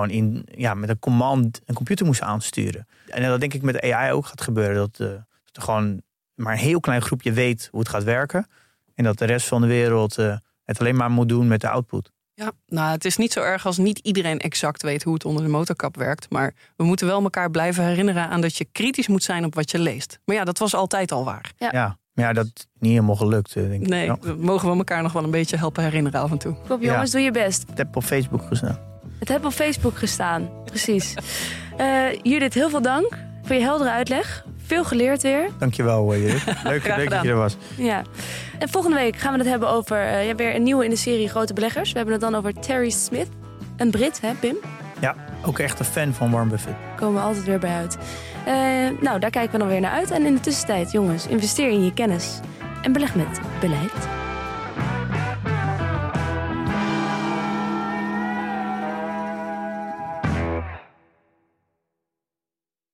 met een command een computer moesten aansturen. En dat denk ik met AI ook gaat gebeuren. Dat er gewoon maar een heel klein groepje weet hoe het gaat werken. En dat de rest van de wereld het alleen maar moet doen met de output. Ja, nou, het is niet zo erg als niet iedereen exact weet hoe het onder de motorkap werkt. Maar we moeten wel elkaar blijven herinneren aan dat je kritisch moet zijn op wat je leest. Maar dat was altijd al waar. Ja, dat is niet helemaal gelukt, denk ik. Nee, mogen we elkaar nog wel een beetje helpen herinneren af en toe. Kom jongens, doe je best. Het heb op Facebook gestaan. Het heb op Facebook gestaan, precies. Judith, heel veel dank voor je heldere uitleg. Veel geleerd weer. Dankjewel, Judith. Leuk dat je er was. Ja. En volgende week gaan we het hebben over weer een nieuwe in de serie Grote Beleggers. We hebben het dan over Terry Smith. Een Brit, hè, Pim? Ja, ook echt een fan van Warren Buffett. Komen we altijd weer bij uit. Daar kijken we dan weer naar uit. En in de tussentijd, jongens, investeer in je kennis. En beleg met beleid.